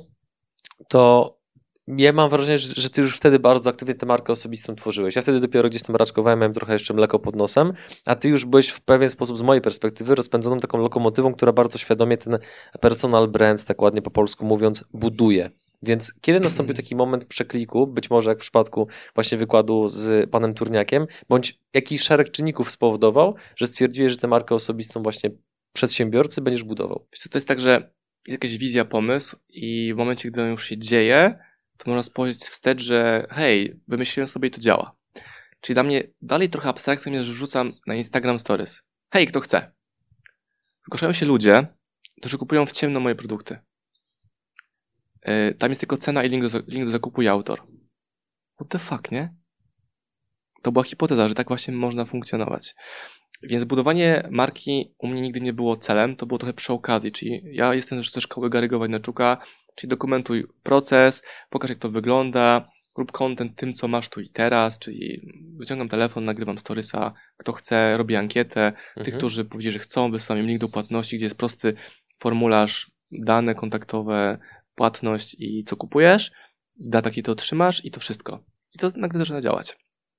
to ja mam wrażenie, że, że ty już wtedy bardzo aktywnie tę markę osobistą tworzyłeś. Ja wtedy dopiero gdzieś tam raczkowałem, miałem trochę jeszcze mleko pod nosem, a ty już byłeś w pewien sposób z mojej perspektywy rozpędzoną taką lokomotywą, która bardzo świadomie ten personal brand, tak ładnie po polsku mówiąc, buduje. Więc kiedy nastąpił taki moment przekliku, być może jak w przypadku właśnie wykładu z panem Turniakiem, bądź jakiś szereg czynników spowodował, że stwierdziłeś, że tę markę osobistą właśnie przedsiębiorcy będziesz budował? Wiesz co, to jest tak, że jest jakaś wizja, pomysł i w momencie, gdy on już się dzieje, to można spojrzeć wstecz, że hej, wymyśliłem sobie i to działa. Czyli dla mnie dalej trochę abstrakcją jest, że rzucam na Instagram Stories. Hej, kto chce? Zgłaszają się ludzie, którzy kupują w ciemno moje produkty. Yy, tam jest tylko cena i link do, link do zakupu i autor. What the fuck, nie? To była hipoteza, że tak właśnie można funkcjonować. Więc budowanie marki u mnie nigdy nie było celem, to było trochę przy okazji, czyli ja jestem też ze szkoły Gary'ego Vaynerchuka, czyli dokumentuj proces, pokaż jak to wygląda, rób content tym, co masz tu i teraz, czyli wyciągam telefon, nagrywam storiesa, kto chce, robię ankietę, Mhm. tych, którzy powiedzieli, że chcą, wysyłam im link do płatności, gdzie jest prosty formularz, dane kontaktowe, płatność i co kupujesz, data, kiedy to otrzymasz i to wszystko. I to nagle zaczyna działać.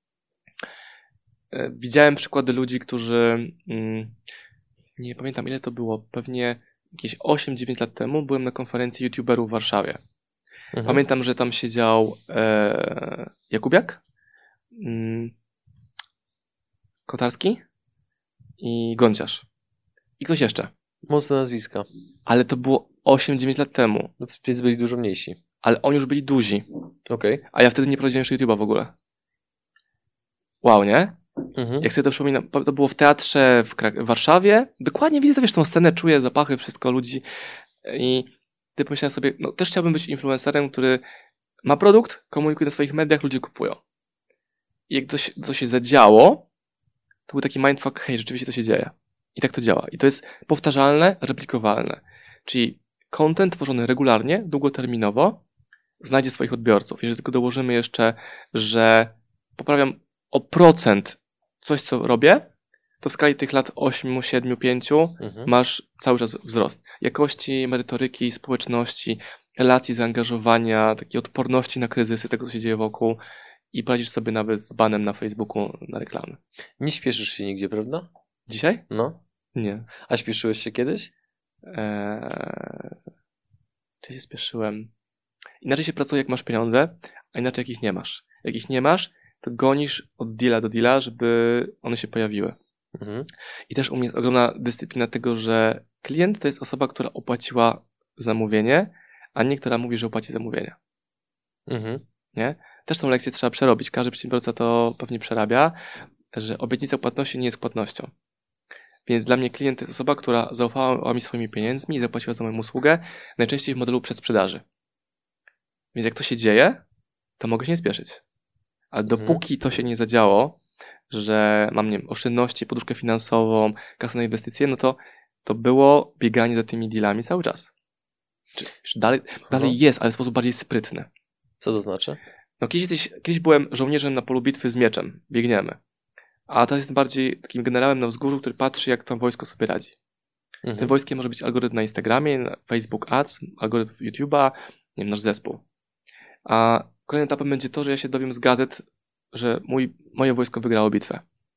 Widziałem przykłady ludzi, którzy, mm, nie pamiętam ile to było, pewnie jakieś osiem dziewięć lat temu byłem na konferencji youtuberów w Warszawie. Mhm. Pamiętam, że tam siedział e, Jakubiak, mm, Kotarski i Gonciarz. I ktoś jeszcze. Mocne nazwiska. Ale to było osiem dziewięć lat temu. No, więc byli dużo mniejsi. Ale oni już byli duzi. Okej. A ja wtedy nie prowadziłem jeszcze YouTube'a w ogóle. Wow, nie? Mhm. Jak sobie to przypominam, to było w teatrze w, Krak- w Warszawie. Dokładnie widzę, wiesz, tą scenę, czuję zapachy, wszystko, ludzi. I ty pomyślałem sobie, no też chciałbym być influencerem, który ma produkt, komunikuje na swoich mediach, ludzie kupują. I jak to się, to się zadziało, to był taki mindfuck, hej, rzeczywiście to się dzieje. I tak to działa. I to jest powtarzalne, replikowalne. Czyli content tworzony regularnie, długoterminowo, znajdzie swoich odbiorców. Jeżeli tylko dołożymy jeszcze, że poprawiam o procent coś, co robię, to w skali tych lat osiem, siedem, pięć Mhm. masz cały czas wzrost jakości, merytoryki, społeczności, relacji, zaangażowania, takiej odporności na kryzysy, tego, co się dzieje wokół i poradzisz sobie nawet z banem na Facebooku na reklamy. Nie śpieszysz się nigdzie, prawda? Dzisiaj? No. Nie. A śpieszyłeś się kiedyś? Eee... Czy się spieszyłem? Inaczej się pracuje, jak masz pieniądze, a inaczej, jak ich nie masz. Jak ich nie masz, to gonisz od deala do deala, żeby one się pojawiły. Mhm. I też u mnie jest ogromna dyscyplina tego, że klient to jest osoba, która opłaciła zamówienie, a nie która mówi, że opłaci zamówienie. Mhm. Nie? Też tą lekcję trzeba przerobić. Każdy przedsiębiorca to pewnie przerabia, że obietnica płatności nie jest płatnością. Więc dla mnie klient to jest osoba, która zaufała mi swoimi pieniędzmi i zapłaciła za moją usługę, najczęściej w modelu przedsprzedaży. Więc jak to się dzieje, to mogę się nie spieszyć. Ale Mhm. dopóki to się nie zadziało, że mam, nie wiem, oszczędności, poduszkę finansową, kasę na inwestycje, no to to było bieganie za tymi dealami cały czas. Czy, czy dalej, dalej jest, ale w sposób bardziej sprytny. Co to znaczy? No kiedyś, jesteś, kiedyś byłem żołnierzem na polu bitwy z mieczem. Biegniemy. A teraz jestem bardziej takim generałem na wzgórzu, który patrzy, jak tam wojsko sobie radzi. Mhm. Tym wojskiem może być algorytm na Instagramie, Facebook Ads, algorytm YouTube'a, nie wiem, nasz zespół. A kolejnym etapem będzie to, że ja się dowiem z gazet, że mój, moje wojsko wygrało bitwę.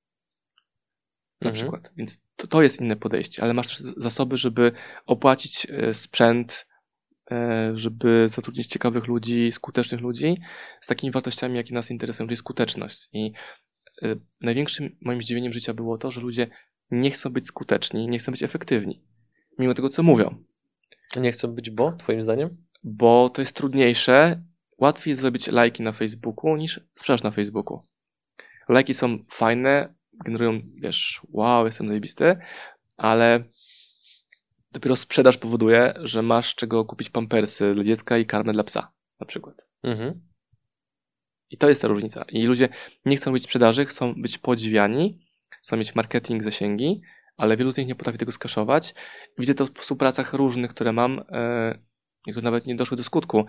Na Mhm. przykład. Więc to, to jest inne podejście, ale masz też zasoby, żeby opłacić e, sprzęt, e, żeby zatrudnić ciekawych ludzi, skutecznych ludzi z takimi wartościami, jakie nas interesują, czyli skuteczność. I e, największym moim zdziwieniem życia było to, że ludzie nie chcą być skuteczni, nie chcą być efektywni. Mimo tego, co mówią. Nie chcą być bo, twoim zdaniem? Bo to jest trudniejsze. Łatwiej jest zrobić lajki na Facebooku niż sprzedaż na Facebooku. Lajki są fajne, generują, wiesz, wow, jestem zajebisty, ale dopiero sprzedaż powoduje, że masz czego kupić pampersy dla dziecka i karmę dla psa, na przykład. Mhm. I to jest ta różnica. I ludzie nie chcą być sprzedaży, chcą być podziwiani, chcą mieć marketing, zasięgi, ale wielu z nich nie potrafi tego skaszować. Widzę to w współpracach różnych, które mam, e, niektóre nawet nie doszły do skutku,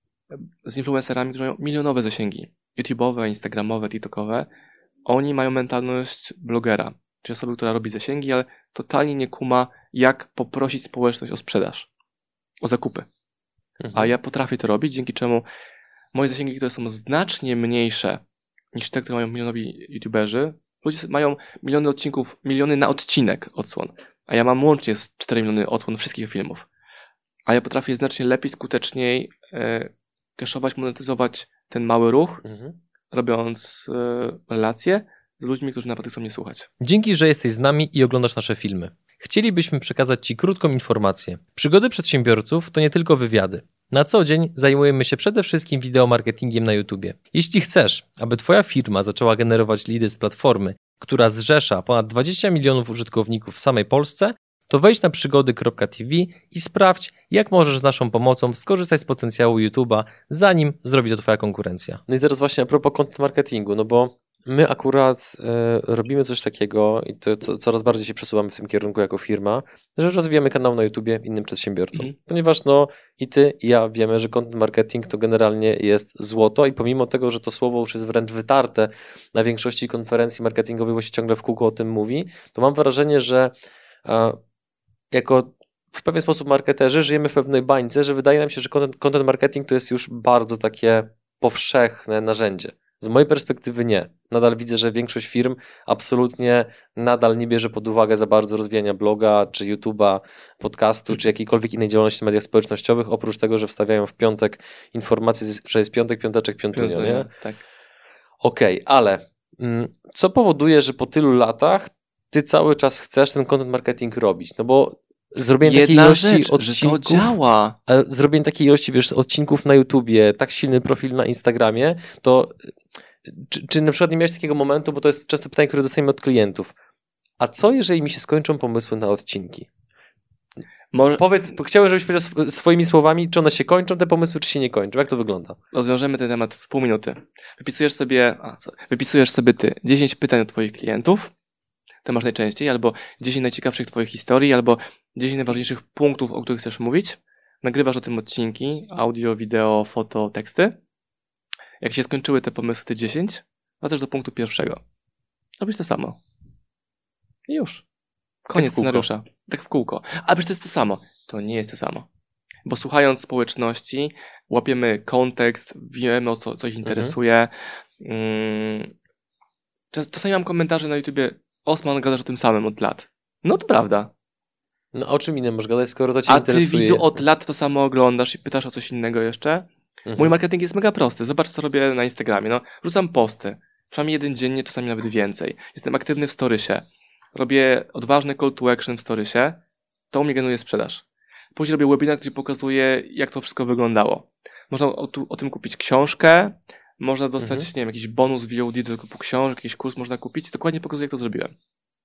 z influencerami, którzy mają milionowe zasięgi. YouTube'owe, instagramowe, tiktokowe. Oni mają mentalność blogera, czyli osoby, która robi zasięgi, ale totalnie nie kuma, jak poprosić społeczność o sprzedaż, o zakupy. Mhm. A ja potrafię to robić, dzięki czemu moje zasięgi, które są znacznie mniejsze niż te, które mają milionowi youtuberzy, ludzie mają miliony odcinków, miliony na odcinek odsłon, a ja mam łącznie z cztery miliony odsłon wszystkich filmów. A ja potrafię znacznie lepiej, skuteczniej e, cashować, monetyzować ten mały ruch, Mhm. robiąc e, relacje z ludźmi, którzy naprawdę chcą mnie słuchać. Dzięki, że jesteś z nami i oglądasz nasze filmy. Chcielibyśmy przekazać Ci krótką informację. Przygody przedsiębiorców to nie tylko wywiady. Na co dzień zajmujemy się przede wszystkim wideomarketingiem na YouTubie. Jeśli chcesz, aby Twoja firma zaczęła generować lidy z platformy, która zrzesza ponad dwadzieścia milionów użytkowników w samej Polsce, to wejdź na przygody kropka t v i sprawdź, jak możesz z naszą pomocą skorzystać z potencjału YouTube'a, zanim zrobi to Twoja konkurencja. No i teraz właśnie a propos content marketingu, no bo my akurat e, robimy coś takiego i to co, coraz bardziej się przesuwamy w tym kierunku jako firma, że rozwijamy kanał na YouTubie innym przedsiębiorcom. Mhm. Ponieważ no i ty i ja wiemy, że content marketing to generalnie jest złoto i pomimo tego, że to słowo już jest wręcz wytarte na większości konferencji marketingowych, bo się ciągle w kółko o tym mówi, to mam wrażenie, że e, jako w pewien sposób marketerzy żyjemy w pewnej bańce, że wydaje nam się, że content, content marketing to jest już bardzo takie powszechne narzędzie. Z mojej perspektywy nie. Nadal widzę, że większość firm absolutnie nadal nie bierze pod uwagę za bardzo rozwijania bloga, czy YouTube'a, podcastu, czy jakiejkolwiek innej działalności w mediach społecznościowych, oprócz tego, że wstawiają w piątek informacje, że jest piątek, piąteczek, piątunio, nie? Tak. Okej, okay, ale mm, co powoduje, że po tylu latach ty cały czas chcesz ten content marketing robić? No bo zrobienie takiej Jedna ilości rzecz, odcinków, że to działa. ale zrobienie takiej ilości, wiesz, odcinków na YouTubie, tak silny profil na Instagramie, to czy, czy na przykład nie miałeś takiego momentu, bo to jest często pytanie, które dostajemy od klientów. A co, jeżeli mi się skończą pomysły na odcinki? Może Powiedz, chciałem, żebyś powiedział sw- swoimi słowami, czy one się kończą, te pomysły, czy się nie kończą. Jak to wygląda? rozwiążemy ten temat w pół minuty. Wypisujesz sobie, a, co? Wypisujesz sobie ty dziesięć pytań od twoich klientów, to masz najczęściej, albo dziesięć najciekawszych twoich historii, albo dziesięć najważniejszych punktów, o których chcesz mówić. Nagrywasz o tym odcinki, audio, wideo, foto, teksty. Jak się skończyły te pomysły, te dziesięć, wracasz do punktu pierwszego. Robisz to samo. I już. Koniec Tak w kółko. scenariusza. Tak w kółko. A przecież to jest to samo. To nie jest to samo. Bo słuchając społeczności, łapiemy kontekst, wiemy o co, co ich interesuje. Mm. Czas, czasami mam komentarze na YouTubie, Osman, gadasz o tym samym od lat. No to prawda. No o czym innym możesz gadać, skoro to cię A ty, interesuje? widzu, od lat to samo oglądasz i pytasz o coś innego jeszcze? Mhm. Mój marketing jest mega prosty. Zobacz, co robię na Instagramie. No, rzucam posty. Przynajmniej jeden dziennie, czasami nawet więcej. Jestem aktywny w storysie. Robię odważny call to action w storysie. To u mnie generuje sprzedaż. Później robię webinar, który pokazuje, jak to wszystko wyglądało. Można o, tu, o tym kupić książkę, można dostać, Mhm. nie wiem, jakiś bonus V O D do zakupu książek, jakiś kurs można kupić. Dokładnie pokazuję, jak to zrobiłem.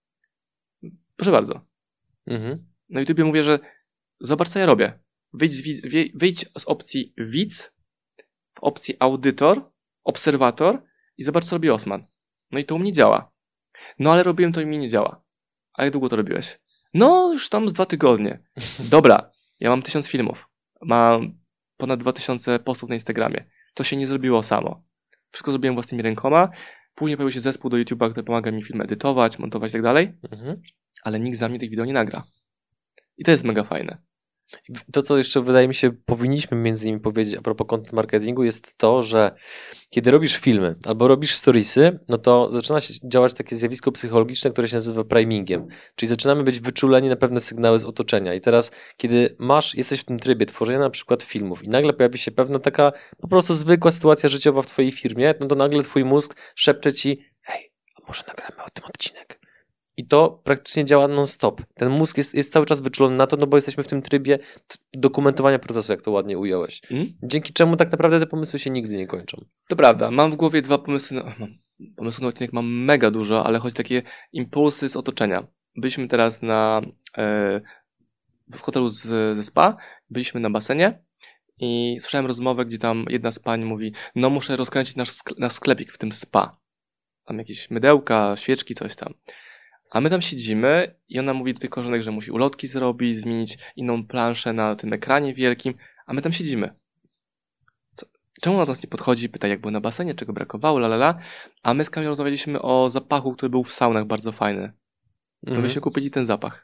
Proszę bardzo. Mhm. Na YouTubie mówię, że zobacz, co ja robię. Wyjdź z, widz, wie- wyjdź z opcji widz w opcji audytor, obserwator i zobacz, co robi Osman. No i to u mnie działa. No ale robiłem to i mi nie działa. A jak długo to robiłeś? No, już tam z dwa tygodnie. Dobra, ja mam tysiąc filmów. Mam ponad dwa tysiące postów na Instagramie. To się nie zrobiło samo. Wszystko zrobiłem własnymi rękoma. Później pojawił się zespół do YouTube'a, który pomaga mi film edytować, montować i tak dalej. Mhm. Ale nikt za mnie tych wideo nie nagra. I to jest mega fajne. To, co jeszcze wydaje mi się powinniśmy między innymi powiedzieć a propos content marketingu, jest to, że kiedy robisz filmy albo robisz storiesy, no to zaczyna się działać takie zjawisko psychologiczne, które się nazywa primingiem. Czyli zaczynamy być wyczuleni na pewne sygnały z otoczenia. I teraz, kiedy masz, jesteś w tym trybie tworzenia na przykład filmów i nagle pojawi się pewna taka po prostu zwykła sytuacja życiowa w twojej firmie, no to nagle twój mózg szepcze ci: hej, a może nagramy o tym odcinek? I to praktycznie działa non-stop. Ten mózg jest, jest cały czas wyczulony na to, no bo jesteśmy w tym trybie dokumentowania procesu, jak to ładnie ująłeś. Hmm? Dzięki czemu tak naprawdę te pomysły się nigdy nie kończą. To prawda, mam w głowie dwa pomysły. No, mam, pomysłów na odcinek mam mega dużo, ale choć takie impulsy z otoczenia. Byliśmy teraz na e, w hotelu z, ze spa, byliśmy na basenie i słyszałem rozmowę, gdzie tam jedna z pań mówi: no muszę rozkręcić nasz, skle, nasz sklepik w tym spa. Tam jakieś mydełka, świeczki, coś tam. A my tam siedzimy i ona mówi do tych koleżanek, że musi ulotki zrobić, zmienić inną planszę na tym ekranie wielkim, a my tam siedzimy. Co? Czemu ona do nas nie podchodzi, pyta, jak było na basenie, czego brakowało, lalala, a my z Kamilą rozmawialiśmy o zapachu, który był w saunach bardzo fajny. My Mhm. byśmy kupili ten zapach.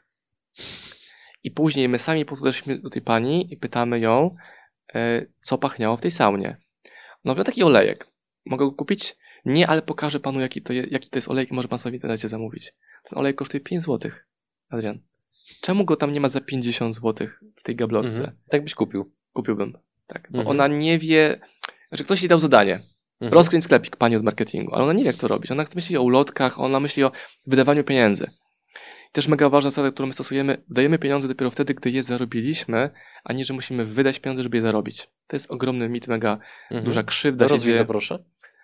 I później my sami podeszliśmy do tej pani i pytamy ją, e, co pachniało w tej saunie. No miał taki olejek. Mogę go kupić? Nie, ale pokażę panu, jaki to, je, jaki to jest olejek i może pan sobie w internecie zamówić. Ten olej kosztuje pięć złotych. Adrian, czemu go tam nie ma za pięćdziesiąt złotych w tej gablotce? Mhm. Tak byś kupił. Kupiłbym. Tak, bo Mhm. ona nie wie... Znaczy ktoś jej dał zadanie. Mhm. Rozkręć sklepik, pani od marketingu. Ale ona nie wie, jak to robić. Ona myśli o ulotkach, ona myśli o wydawaniu pieniędzy. Też mega ważna zasada, którą my stosujemy. Dajemy pieniądze dopiero wtedy, gdy je zarobiliśmy, a nie, że musimy wydać pieniądze, żeby je zarobić. To jest ogromny mit, mega Mhm. duża krzywda się Rozwij dzieje. to proszę.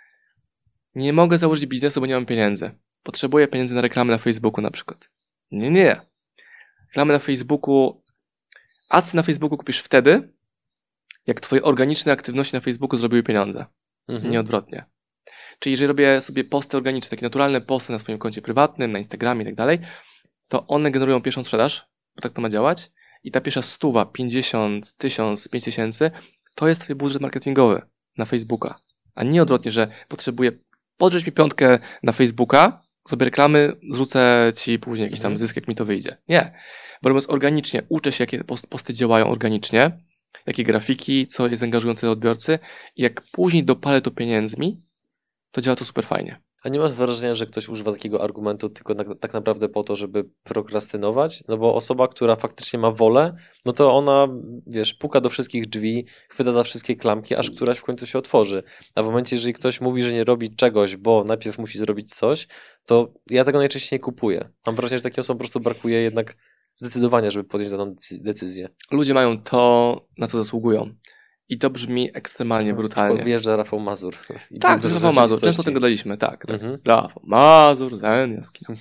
Nie mogę założyć biznesu, bo nie mam pieniędzy. Potrzebuję pieniędzy na reklamy na Facebooku na przykład. Nie, nie. Reklamy na Facebooku... Adsy na Facebooku kupisz wtedy, jak twoje organiczne aktywności na Facebooku zrobiły pieniądze. Mhm. Nie odwrotnie. Czyli jeżeli robię sobie posty organiczne, takie naturalne posty na swoim koncie prywatnym, na Instagramie i tak dalej, to one generują pierwszą sprzedaż, bo tak to ma działać. I ta pierwsza stuwa, pięćdziesiąt, tysiąc, pięć tysięcy, to jest twój budżet marketingowy na Facebooka. A nie odwrotnie, że potrzebuję podrzeć mi piątkę na Facebooka, sobie reklamy, zrzucę ci później jakiś tam Mhm. zysk, jak mi to wyjdzie. Nie. Bo robiąc organicznie, uczę się, jakie post- posty działają organicznie, jakie grafiki, co jest angażujące do odbiorcy i jak później dopalę to pieniędzmi, to działa to super fajnie. A nie masz wrażenia, że ktoś używa takiego argumentu tylko na, tak naprawdę po to, żeby prokrastynować? No bo osoba, która faktycznie ma wolę, no to ona, wiesz, puka do wszystkich drzwi, chwyta za wszystkie klamki, aż któraś w końcu się otworzy. A w momencie, jeżeli ktoś mówi, że nie robi czegoś, bo najpierw musi zrobić coś, to ja tego najczęściej nie kupuję. Mam wrażenie, że takim osobom po prostu brakuje jednak zdecydowania, żeby podjąć daną decy- decyzję. Ludzie mają to, na co zasługują. I to brzmi ekstremalnie brutalnie. Wjeżdża Rafał Mazur. I Tak, do to jest Rafał Mazur. Często o rzeczywistości. tym gadaliśmy, tak. tak. Mhm. Rafał Mazur, ten Jaskini.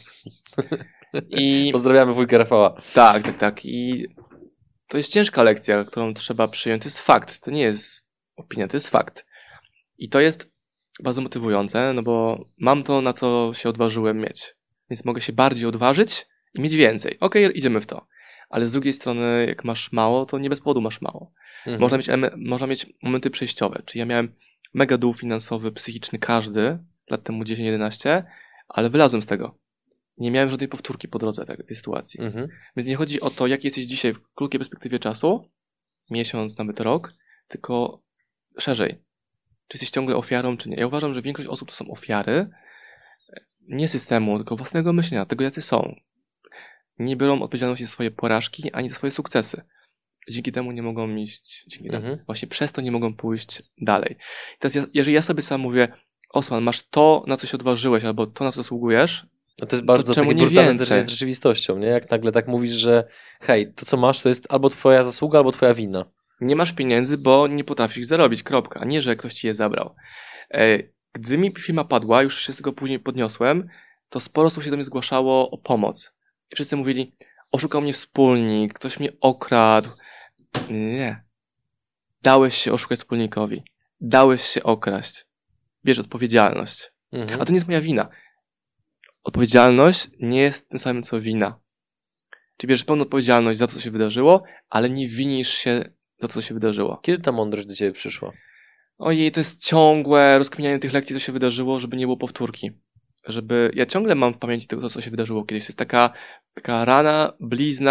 I Pozdrawiamy wujka Rafała. tak, tak, tak. I to jest ciężka lekcja, którą trzeba przyjąć. To jest fakt. To nie jest opinia, to jest fakt. I to jest bardzo motywujące, no bo mam to, na co się odważyłem mieć. Więc mogę się bardziej odważyć i mieć więcej. Okej, idziemy w to. Ale z drugiej strony, jak masz mało, to nie bez powodu masz mało. Mhm. Można mieć, em- można mieć momenty przejściowe. Czyli ja miałem mega dół finansowy, psychiczny każdy, lat temu dziesięć jedenaście, ale wylazłem z tego. Nie miałem żadnej powtórki po drodze tej, tej sytuacji. Mhm. Więc nie chodzi o to, jaki jesteś dzisiaj w krótkiej perspektywie czasu, miesiąc, nawet rok, tylko szerzej. Czy jesteś ciągle ofiarą, czy nie. Ja uważam, że większość osób to są ofiary nie systemu, tylko własnego myślenia, tego jacy są. Nie biorą odpowiedzialności za swoje porażki, ani za swoje sukcesy. Dzięki temu nie mogą iść, dzięki temu, Mhm. właśnie przez to nie mogą pójść dalej. I teraz ja, jeżeli ja sobie sam mówię: Osman, masz to, na co się odważyłeś, albo to, na co zasługujesz, No to jest bardzo czemu takie nie brutalne więcej? zderzenie z rzeczywistością, nie? Jak nagle tak mówisz, że hej, to co masz to jest albo twoja zasługa, albo twoja wina. nie masz pieniędzy, bo nie potrafisz ich zarobić, kropka. A nie, że ktoś ci je zabrał. E, Gdy mi firma padła, już się z tego później podniosłem, to sporo osób się do mnie zgłaszało o pomoc. I wszyscy mówili: oszukał mnie wspólnik, ktoś mnie okradł. Nie. Dałeś się oszukać wspólnikowi. Dałeś się okraść. Bierz odpowiedzialność. Mhm. A to nie jest moja wina. Odpowiedzialność nie jest tym samym co wina. Czyli bierzesz pełną odpowiedzialność za to, co się wydarzyło, ale nie winisz się za to, co się wydarzyło. Kiedy ta mądrość do ciebie przyszła? Ojej, to jest ciągłe rozkminianie tych lekcji, co się wydarzyło, żeby nie było powtórki. Żeby... Ja ciągle mam w pamięci tego, co się wydarzyło kiedyś. To jest taka, taka rana, blizna,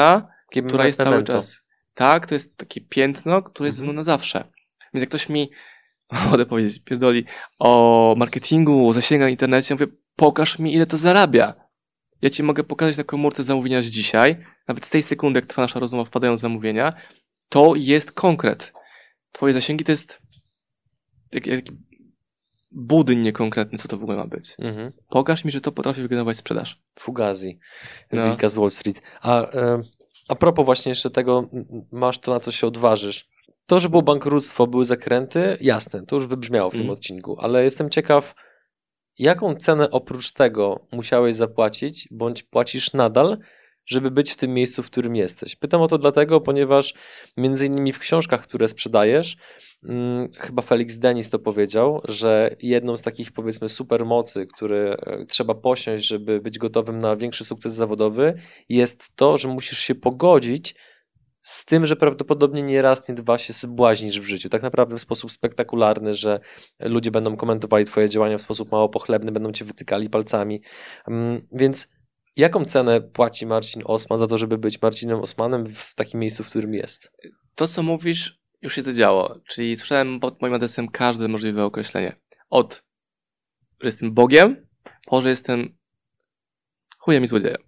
Takie która jest cały memento. czas. Tak, to jest takie piętno, które jest ze Mhm. mną na zawsze. Więc jak ktoś mi, mogę powiedzieć, pierdoli o marketingu, o zasięgach w internecie, mówię, pokaż mi, ile to zarabia. Ja ci mogę pokazać na komórce zamówienia z dzisiaj, nawet z tej sekundy, jak trwa nasza rozmowa, wpadają zamówienia, to jest konkret. Twoje zasięgi to jest jak, jak budyń niekonkretny, co to w ogóle ma być. Mhm. Pokaż mi, że to potrafi wygenerować sprzedaż. Fugazi z No. Wilka z Wall Street. A, e, a propos właśnie jeszcze tego, m, masz to, na co się odważysz. To, że było bankructwo, były zakręty, jasne, to już wybrzmiało w tym Mhm. odcinku, ale jestem ciekaw, jaką cenę oprócz tego musiałeś zapłacić, bądź płacisz nadal, żeby być w tym miejscu, w którym jesteś. Pytam o to dlatego, ponieważ między innymi w książkach, które sprzedajesz, hmm, chyba Felix Denis to powiedział, że jedną z takich, powiedzmy, supermocy, które e, trzeba posiąść, żeby być gotowym na większy sukces zawodowy, jest to, że musisz się pogodzić z tym, że prawdopodobnie nie raz, nie dwa się zbłaźnisz w życiu. Tak naprawdę w sposób spektakularny, że ludzie będą komentowali twoje działania w sposób mało pochlebny, będą cię wytykali palcami. Hmm, więc jaką cenę płaci Marcin Osman za to, żeby być Marcinem Osmanem w takim miejscu, w którym jest? To, co mówisz, już się zadziało. Czyli słyszałem pod moim adresem każde możliwe określenie. Od, że jestem Bogiem, po, że jestem chujem i złodziejem.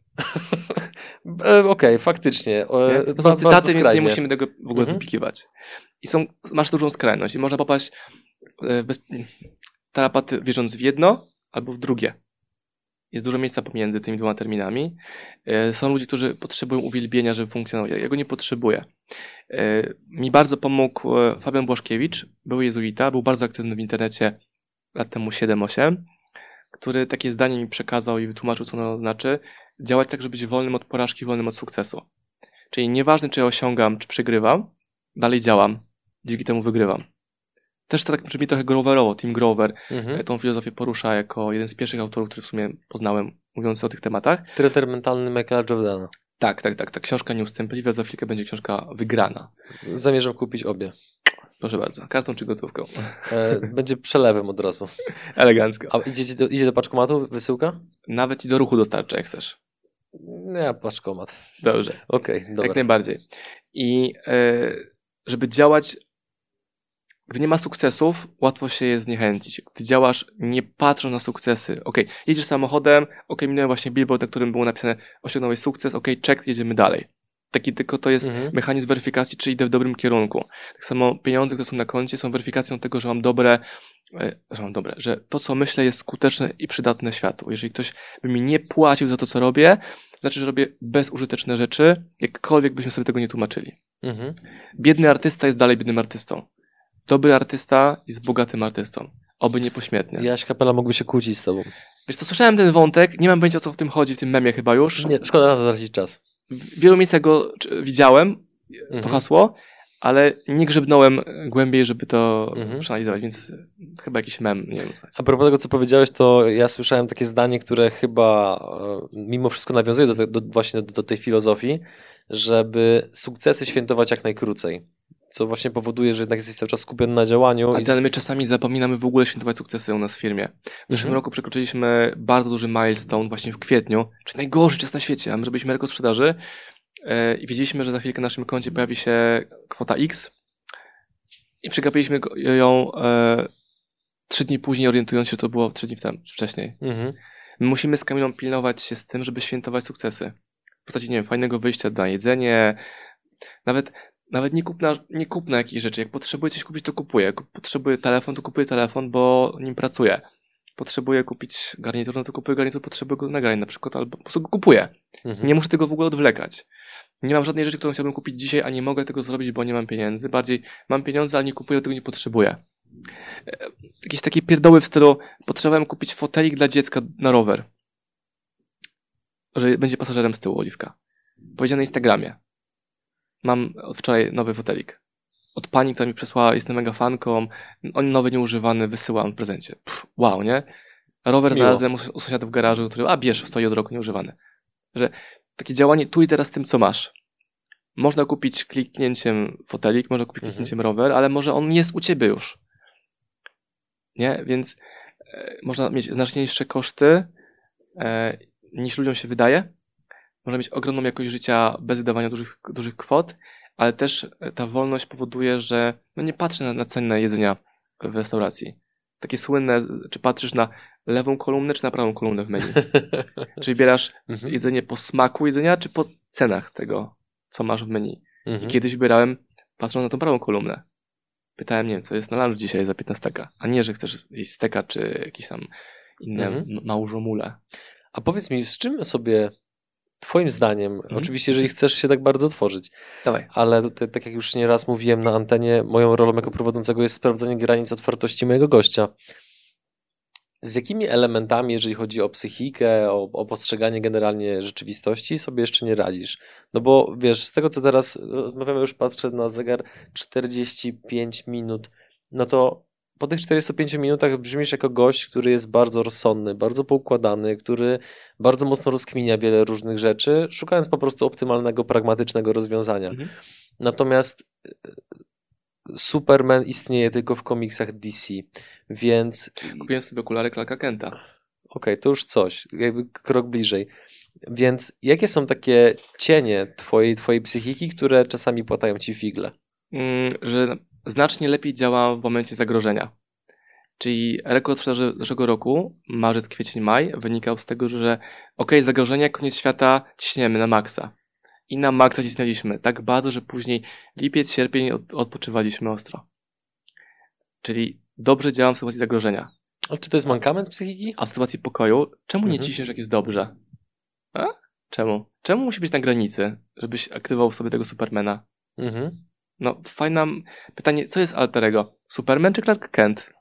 E, Okej, okay, faktycznie. E, Nie? To ba- są cytaty, więc skrajnie. nie musimy tego w ogóle Mhm. wypikiwać. I są, masz dużą skrajność i można popaść e, bez tarapaty wierząc w jedno albo w drugie. Jest dużo miejsca pomiędzy tymi dwoma terminami. E, są ludzie, którzy potrzebują uwielbienia, żeby funkcjonować. Ja, ja go nie potrzebuję. E, mi bardzo pomógł e, Fabian Błaszkiewicz, był jezuita, był bardzo aktywny w internecie lat temu siedem osiem, który takie zdanie mi przekazał i wytłumaczył, co ono znaczy. Działać tak, żeby być wolnym od porażki, wolnym od sukcesu. Czyli nieważne, czy ja osiągam, czy przegrywam, dalej działam, dzięki temu wygrywam. Też to tak brzmi trochę Groverowo, Tim Grover Mhm. tą filozofię porusza jako jeden z pierwszych autorów, który w sumie poznałem, mówiący o tych tematach. Trener mentalny Michaela Jordana. Tak, tak, tak. Ta książka nieustępliwa, za chwilkę będzie książka wygrana. Zamierzam kupić obie. Proszę bardzo. Kartą czy gotówką? E, będzie przelewem od razu. Elegancko. A idziecie do, idzie do paczkomatu wysyłka? Nawet i do ruchu dostarczę, jak chcesz. Nie, paczkomat. Dobrze. Okej, okay, dobra. Jak najbardziej. I e, żeby działać, gdy nie ma sukcesów, łatwo się je zniechęcić. Gdy działasz, nie patrząc na sukcesy. Okej, okay, jedziesz samochodem, okej, okay, minąłem właśnie billboard, na którym było napisane osiągnąłeś sukces, okej, okay, check, jedziemy dalej. Taki tylko to jest Mhm. mechanizm weryfikacji, czy idę w dobrym kierunku. Tak samo pieniądze, które są na koncie, są weryfikacją tego, że mam dobre, e, że mam dobre, że to, co myślę, jest skuteczne i przydatne światu. Jeżeli ktoś by mi nie płacił za to, co robię, to znaczy, że robię bezużyteczne rzeczy, jakkolwiek byśmy sobie tego nie tłumaczyli. Mhm. Biedny artysta jest dalej biednym artystą. Dobry artysta jest bogatym artystą. Oby nie pośmietnie. Jaś Kapela mógłby się kłócić z tobą. Wiesz co, słyszałem ten wątek, nie mam pojęcia, o co w tym chodzi, w tym memie chyba już. Nie, szkoda na to tracić czas. W wielu miejscach go czy, widziałem, to Mhm. hasło, ale nie grzebnąłem głębiej, żeby to Mhm. przeanalizować, więc chyba jakiś mem, nie wiem co. A propos tego, co powiedziałeś, to ja słyszałem takie zdanie, które chyba e, mimo wszystko nawiązuje do, te, do właśnie do, do tej filozofii, żeby sukcesy świętować jak najkrócej. Co właśnie powoduje, że jednak jesteś cały czas skupiony na działaniu. A i... ten, my czasami zapominamy w ogóle świętować sukcesy u nas w firmie. W zeszłym Mhm. roku przekroczyliśmy bardzo duży milestone właśnie w kwietniu, czyli najgorszy czas na świecie, a my zrobiliśmy rekord sprzedaży yy, i wiedzieliśmy, że za chwilkę na naszym koncie pojawi się kwota X i przegapiliśmy go- ją yy, trzy dni później, orientując się, że to było trzy dni wtem, wcześniej. Mhm. My musimy z Kamilą pilnować się z tym, żeby świętować sukcesy. W postaci, nie wiem, fajnego wyjścia na jedzenie, nawet Nawet nie kupna, nie kupna jakichś rzeczy. Jak potrzebuję coś kupić, to kupuję. Jak potrzebuję telefon, to kupuję telefon, bo nim pracuję. Potrzebuję kupić garnitur, no to kupuję garnitur, potrzebuję go do nagrań na przykład, albo po prostu go kupuję. Mhm. Nie muszę tego w ogóle odwlekać. Nie mam żadnej rzeczy, którą chciałbym kupić dzisiaj, a nie mogę tego zrobić, bo nie mam pieniędzy. Bardziej mam pieniądze, ale nie kupuję, tego nie potrzebuję. E, Jakieś takie pierdoły w stylu, potrzebowałem kupić fotelik dla dziecka na rower. Że będzie pasażerem z tyłu, Oliwka. Powiedziałem na Instagramie. Mam od wczoraj nowy fotelik. Od pani, która mi przesłała, jestem mega fanką. On nowy, nieużywany, wysyłam w prezencie. Pff, wow, nie? Rower Miło. znalazłem u u sąsiada w garażu, który, a bierz, stoi od roku nieużywany. Że takie działanie tu i teraz z tym, co masz. Można kupić kliknięciem fotelik, można kupić Mhm. kliknięciem rower, ale może on jest u ciebie już. Nie? Więc e, można mieć znacznie niższe koszty e, niż ludziom się wydaje, można mieć ogromną jakość życia bez wydawania dużych, dużych kwot, ale też ta wolność powoduje, że no nie patrzę na, na cenę jedzenia w restauracji. Takie słynne, czy patrzysz na lewą kolumnę, czy na prawą kolumnę w menu. Czyli bierasz Mhm. jedzenie po smaku jedzenia, czy po cenach tego, co masz w menu. Mhm. I kiedyś wybierałem, patrząc na tą prawą kolumnę. Pytałem, nie wiem, co jest na lunch dzisiaj za piętnaście steka, a nie, że chcesz jeść steka, czy jakieś tam inne Mhm. m- małżomule. A powiedz mi, z czym sobie, twoim zdaniem, Mhm. oczywiście, jeżeli chcesz się tak bardzo otworzyć, Dawaj. ale tutaj, tak jak już nieraz mówiłem na antenie, moją rolą jako prowadzącego jest sprawdzenie granic otwartości mojego gościa. Z jakimi elementami, jeżeli chodzi o psychikę, o, o postrzeganie generalnie rzeczywistości, sobie jeszcze nie radzisz? No bo wiesz, z tego co teraz rozmawiamy, już patrzę na zegar, czterdzieści pięć minut, no to po tych czterdziestu pięciu minutach brzmisz jako gość, który jest bardzo rozsądny, bardzo poukładany, który bardzo mocno rozkminia wiele różnych rzeczy, szukając po prostu optymalnego, pragmatycznego rozwiązania. Mhm. Natomiast Superman istnieje tylko w komiksach D C, więc Kupiłem sobie okulary Clarka Kenta. okej, to już coś, jakby krok bliżej. Więc jakie są takie cienie twojej, twojej psychiki, które czasami płatają ci figle? Mm, że znacznie lepiej działa w momencie zagrożenia. Czyli rekord sprzedaży zeszłego roku, marzec, kwiecień, maj, wynikał z tego, że okej, okay, zagrożenie, koniec świata, ciśniemy na maksa. I na maksa cisnęliśmy tak bardzo, że później lipiec, sierpień od, odpoczywaliśmy ostro. Czyli dobrze działam w sytuacji zagrożenia. A czy to jest mankament psychiki? A w sytuacji pokoju, czemu nie Mhm. ciśniesz, jak jest dobrze? A? Czemu? Czemu musi być na granicy, żebyś aktywował sobie tego Supermana? Mhm. No, fajne pytanie, co jest alterego? Superman czy Clark Kent?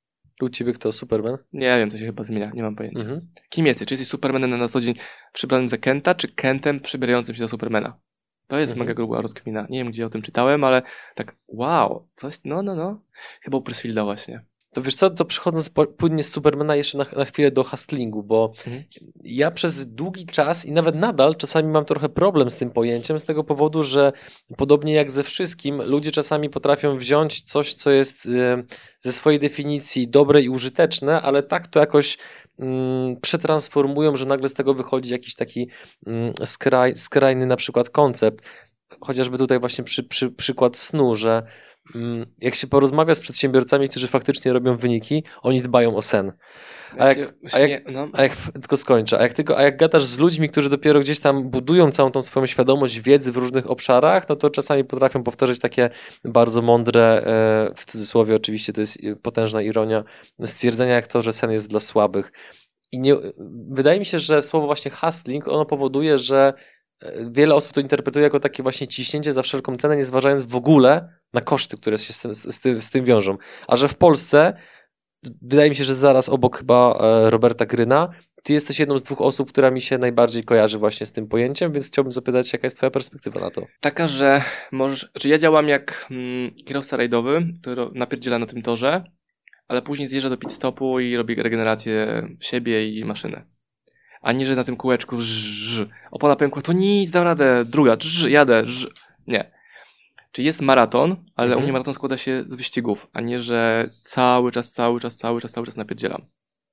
U ciebie kto? Superman? Nie wiem, to się chyba zmienia, nie mam pojęcia. Mhm. Kim jesteś? Czy jesteś Supermanem na co dzień przybranym za Kenta, czy Kentem przybierającym się za Supermana? To jest Mhm. mega gruba rozkmina. Nie wiem, gdzie o tym czytałem, ale tak, wow, coś, no, no, no. Chyba u Pressfielda właśnie. To wiesz co, to przechodząc po- płynnie z Supermana jeszcze na, na chwilę do hustlingu, bo Mhm. ja przez długi czas i nawet nadal czasami mam trochę problem z tym pojęciem, z tego powodu, że podobnie jak ze wszystkim, ludzie czasami potrafią wziąć coś, co jest y, ze swojej definicji dobre i użyteczne, ale tak to jakoś mm, przetransformują, że nagle z tego wychodzi jakiś taki mm, skraj, skrajny na przykład koncept. Chociażby tutaj właśnie przy, przy, przykład snu, że mm, jak się porozmawia z przedsiębiorcami, którzy faktycznie robią wyniki, oni dbają o sen. A jak, Ja się a jak, śmie- no. a jak tylko skończę, a jak, tylko, a jak gadasz z ludźmi, którzy dopiero gdzieś tam budują całą tą swoją świadomość wiedzy w różnych obszarach, no to czasami potrafią powtarzać takie bardzo mądre, e, w cudzysłowie oczywiście to jest potężna ironia, stwierdzenia jak to, że sen jest dla słabych. I nie, wydaje mi się, że słowo właśnie hustling, ono powoduje, że wiele osób to interpretuje jako takie właśnie ciśnięcie za wszelką cenę, nie zważając w ogóle na koszty, które się z tym, z tym, z tym wiążą. A że w Polsce, wydaje mi się, że zaraz obok chyba Roberta Gryna, ty jesteś jedną z dwóch osób, która mi się najbardziej kojarzy właśnie z tym pojęciem, więc chciałbym zapytać, jaka jest twoja perspektywa na to? Taka, że możesz, czy ja działam jak mm, kierowca rajdowy, który napierdziela na tym torze, ale później zjeżdża do pit stopu i robi regenerację siebie i maszyny. Ani że na tym kółeczku żż, opona pękła, to nic, dam radę, druga, żż, jadę, żż. Nie. Czy jest maraton, ale Mhm. u mnie maraton składa się z wyścigów, a nie, że cały czas, cały czas, cały czas, cały czas napierdzielam.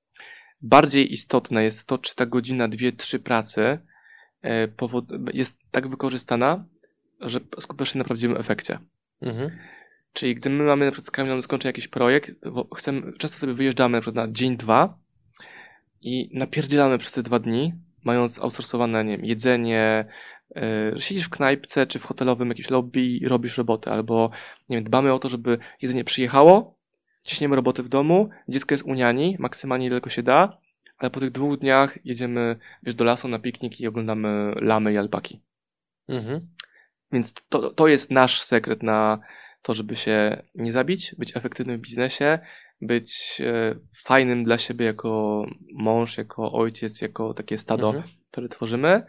Bardziej istotne jest to, czy ta godzina, dwie, trzy pracy e, powod- jest tak wykorzystana, że skupiasz się na prawdziwym efekcie. Mhm. Czyli gdy my mamy na przykład z Kamilem skończyć jakiś projekt, bo chcemy, często sobie wyjeżdżamy na przykład na dzień, dwa i napierdzielamy przez te dwa dni, mając outsourcowane, nie wiem, jedzenie, yy, siedzisz w knajpce czy w hotelowym jakimś lobby i robisz robotę, albo nie wiem, dbamy o to, żeby jedzenie przyjechało, ciśniemy roboty w domu, dziecko jest u niani, maksymalnie ile tylko się da, ale po tych dwóch dniach jedziemy, wiesz, do lasu na piknik i oglądamy lamy i alpaki. Mhm. Więc to, to jest nasz sekret na to, żeby się nie zabić, być efektywnym w biznesie, być e, fajnym dla siebie jako mąż, jako ojciec, jako takie stado, Mhm. które tworzymy.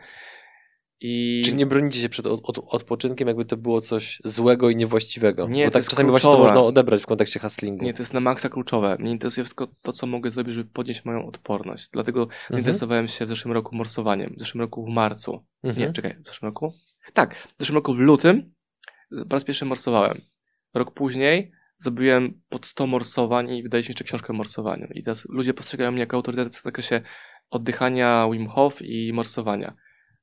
I Czyli nie bronicie się przed od, od, odpoczynkiem, jakby to było coś złego i niewłaściwego? Nie, Bo to tak jest czasami właśnie to kluczowe. można odebrać w kontekście hustlingu. nie, to jest na maksa kluczowe. Mnie interesuje wszystko to, co mogę zrobić, żeby podnieść moją odporność. Dlatego Mhm. interesowałem się w zeszłym roku morsowaniem, w zeszłym roku w marcu. Mhm. Nie, czekaj, w zeszłym roku? Tak, w zeszłym roku w lutym po raz pierwszy morsowałem. Rok później zrobiłem pod sto morsowań i wydaliśmy jeszcze książkę o morsowaniu. I teraz ludzie postrzegają mnie jako autorytet w zakresie oddychania Wim Hof i morsowania.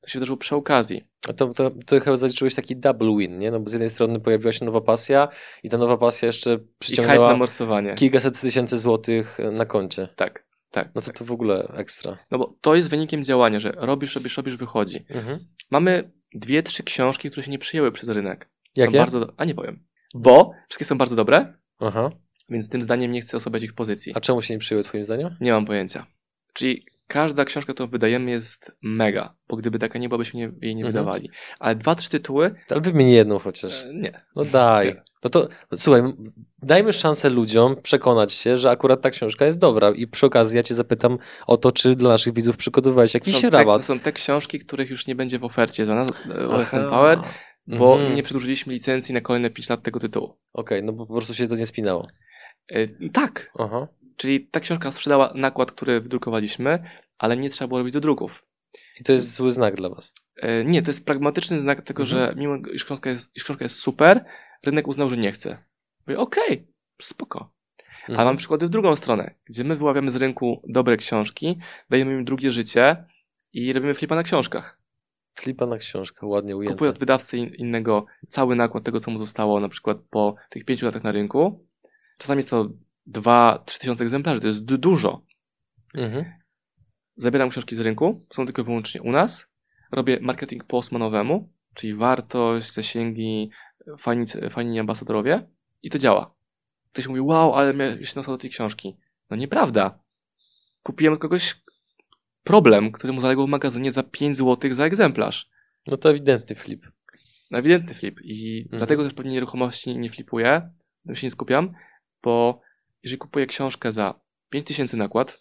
To się wydarzyło przy okazji. A to, to, to chyba zaliczyłeś taki double win, nie? No bo z jednej strony pojawiła się nowa pasja i ta nowa pasja jeszcze I hype na przyciągnęła morsowanie. kilkaset tysięcy złotych na koncie. Tak, tak. No to to w ogóle ekstra. No bo to jest wynikiem działania, że robisz, robisz, robisz, wychodzi. Mhm. Mamy dwie, trzy książki, które się nie przyjęły przez rynek. Jakie? Są bardzo do... A nie powiem. Bo wszystkie są bardzo dobre, Aha. więc tym zdaniem nie chcę osłabiać ich pozycji. A czemu się nie przyjęły twoim zdaniem? Nie mam pojęcia. Czyli każda książka, którą wydajemy, jest mega, bo gdyby taka nie była, byśmy nie, jej nie Mhm. wydawali. Ale dwa, trzy tytuły, Ale wymień jedną chociaż. e, nie. No daj. Nie. No to słuchaj, dajmy szansę ludziom przekonać się, że akurat ta książka jest dobra i przy okazji ja cię zapytam o to, czy dla naszych widzów przygotowałeś jakiś Są te, rabat. są te książki, których już nie będzie w ofercie za nas, Aha. O S M Power, bo Mhm. nie przedłużyliśmy licencji na kolejne pięć lat tego tytułu. Okej, no bo po prostu się to nie spinało. E, tak, Aha. czyli ta książka sprzedała nakład, który wydrukowaliśmy, ale nie trzeba było robić do druków. I to jest zły znak dla was. E, nie, to jest pragmatyczny znak tego, Mhm. że mimo iż książka, jest, iż książka jest super, rynek uznał, że nie chce. Mówię, okej, spoko. Mhm. Ale mam przykłady w drugą stronę, gdzie my wyławiamy z rynku dobre książki, dajemy im drugie życie i robimy flipa na książkach. Flipa na książkę, ładnie ujęte. Kupuję od wydawcy in- innego cały nakład tego, co mu zostało, na przykład po tych pięciu latach na rynku. Czasami jest to dwa, trzy tysiące egzemplarzy, to jest du- dużo. Mhm. Zabieram książki z rynku, są tylko i wyłącznie u nas. Robię marketing po Osmanowemu, czyli wartość, zasięgi, fajni, fajni ambasadorowie i to działa. Ktoś mówi, wow, ale miałeś nosa do tej książki. No nieprawda. Kupiłem od kogoś problem, który mu zaległ w magazynie za pięć złotych za egzemplarz. No to ewidentny flip. No ewidentny flip. I Mhm. dlatego też pewnie nieruchomości nie flipuję, tym się nie skupiam, bo jeżeli kupuję książkę za pięć tysięcy nakład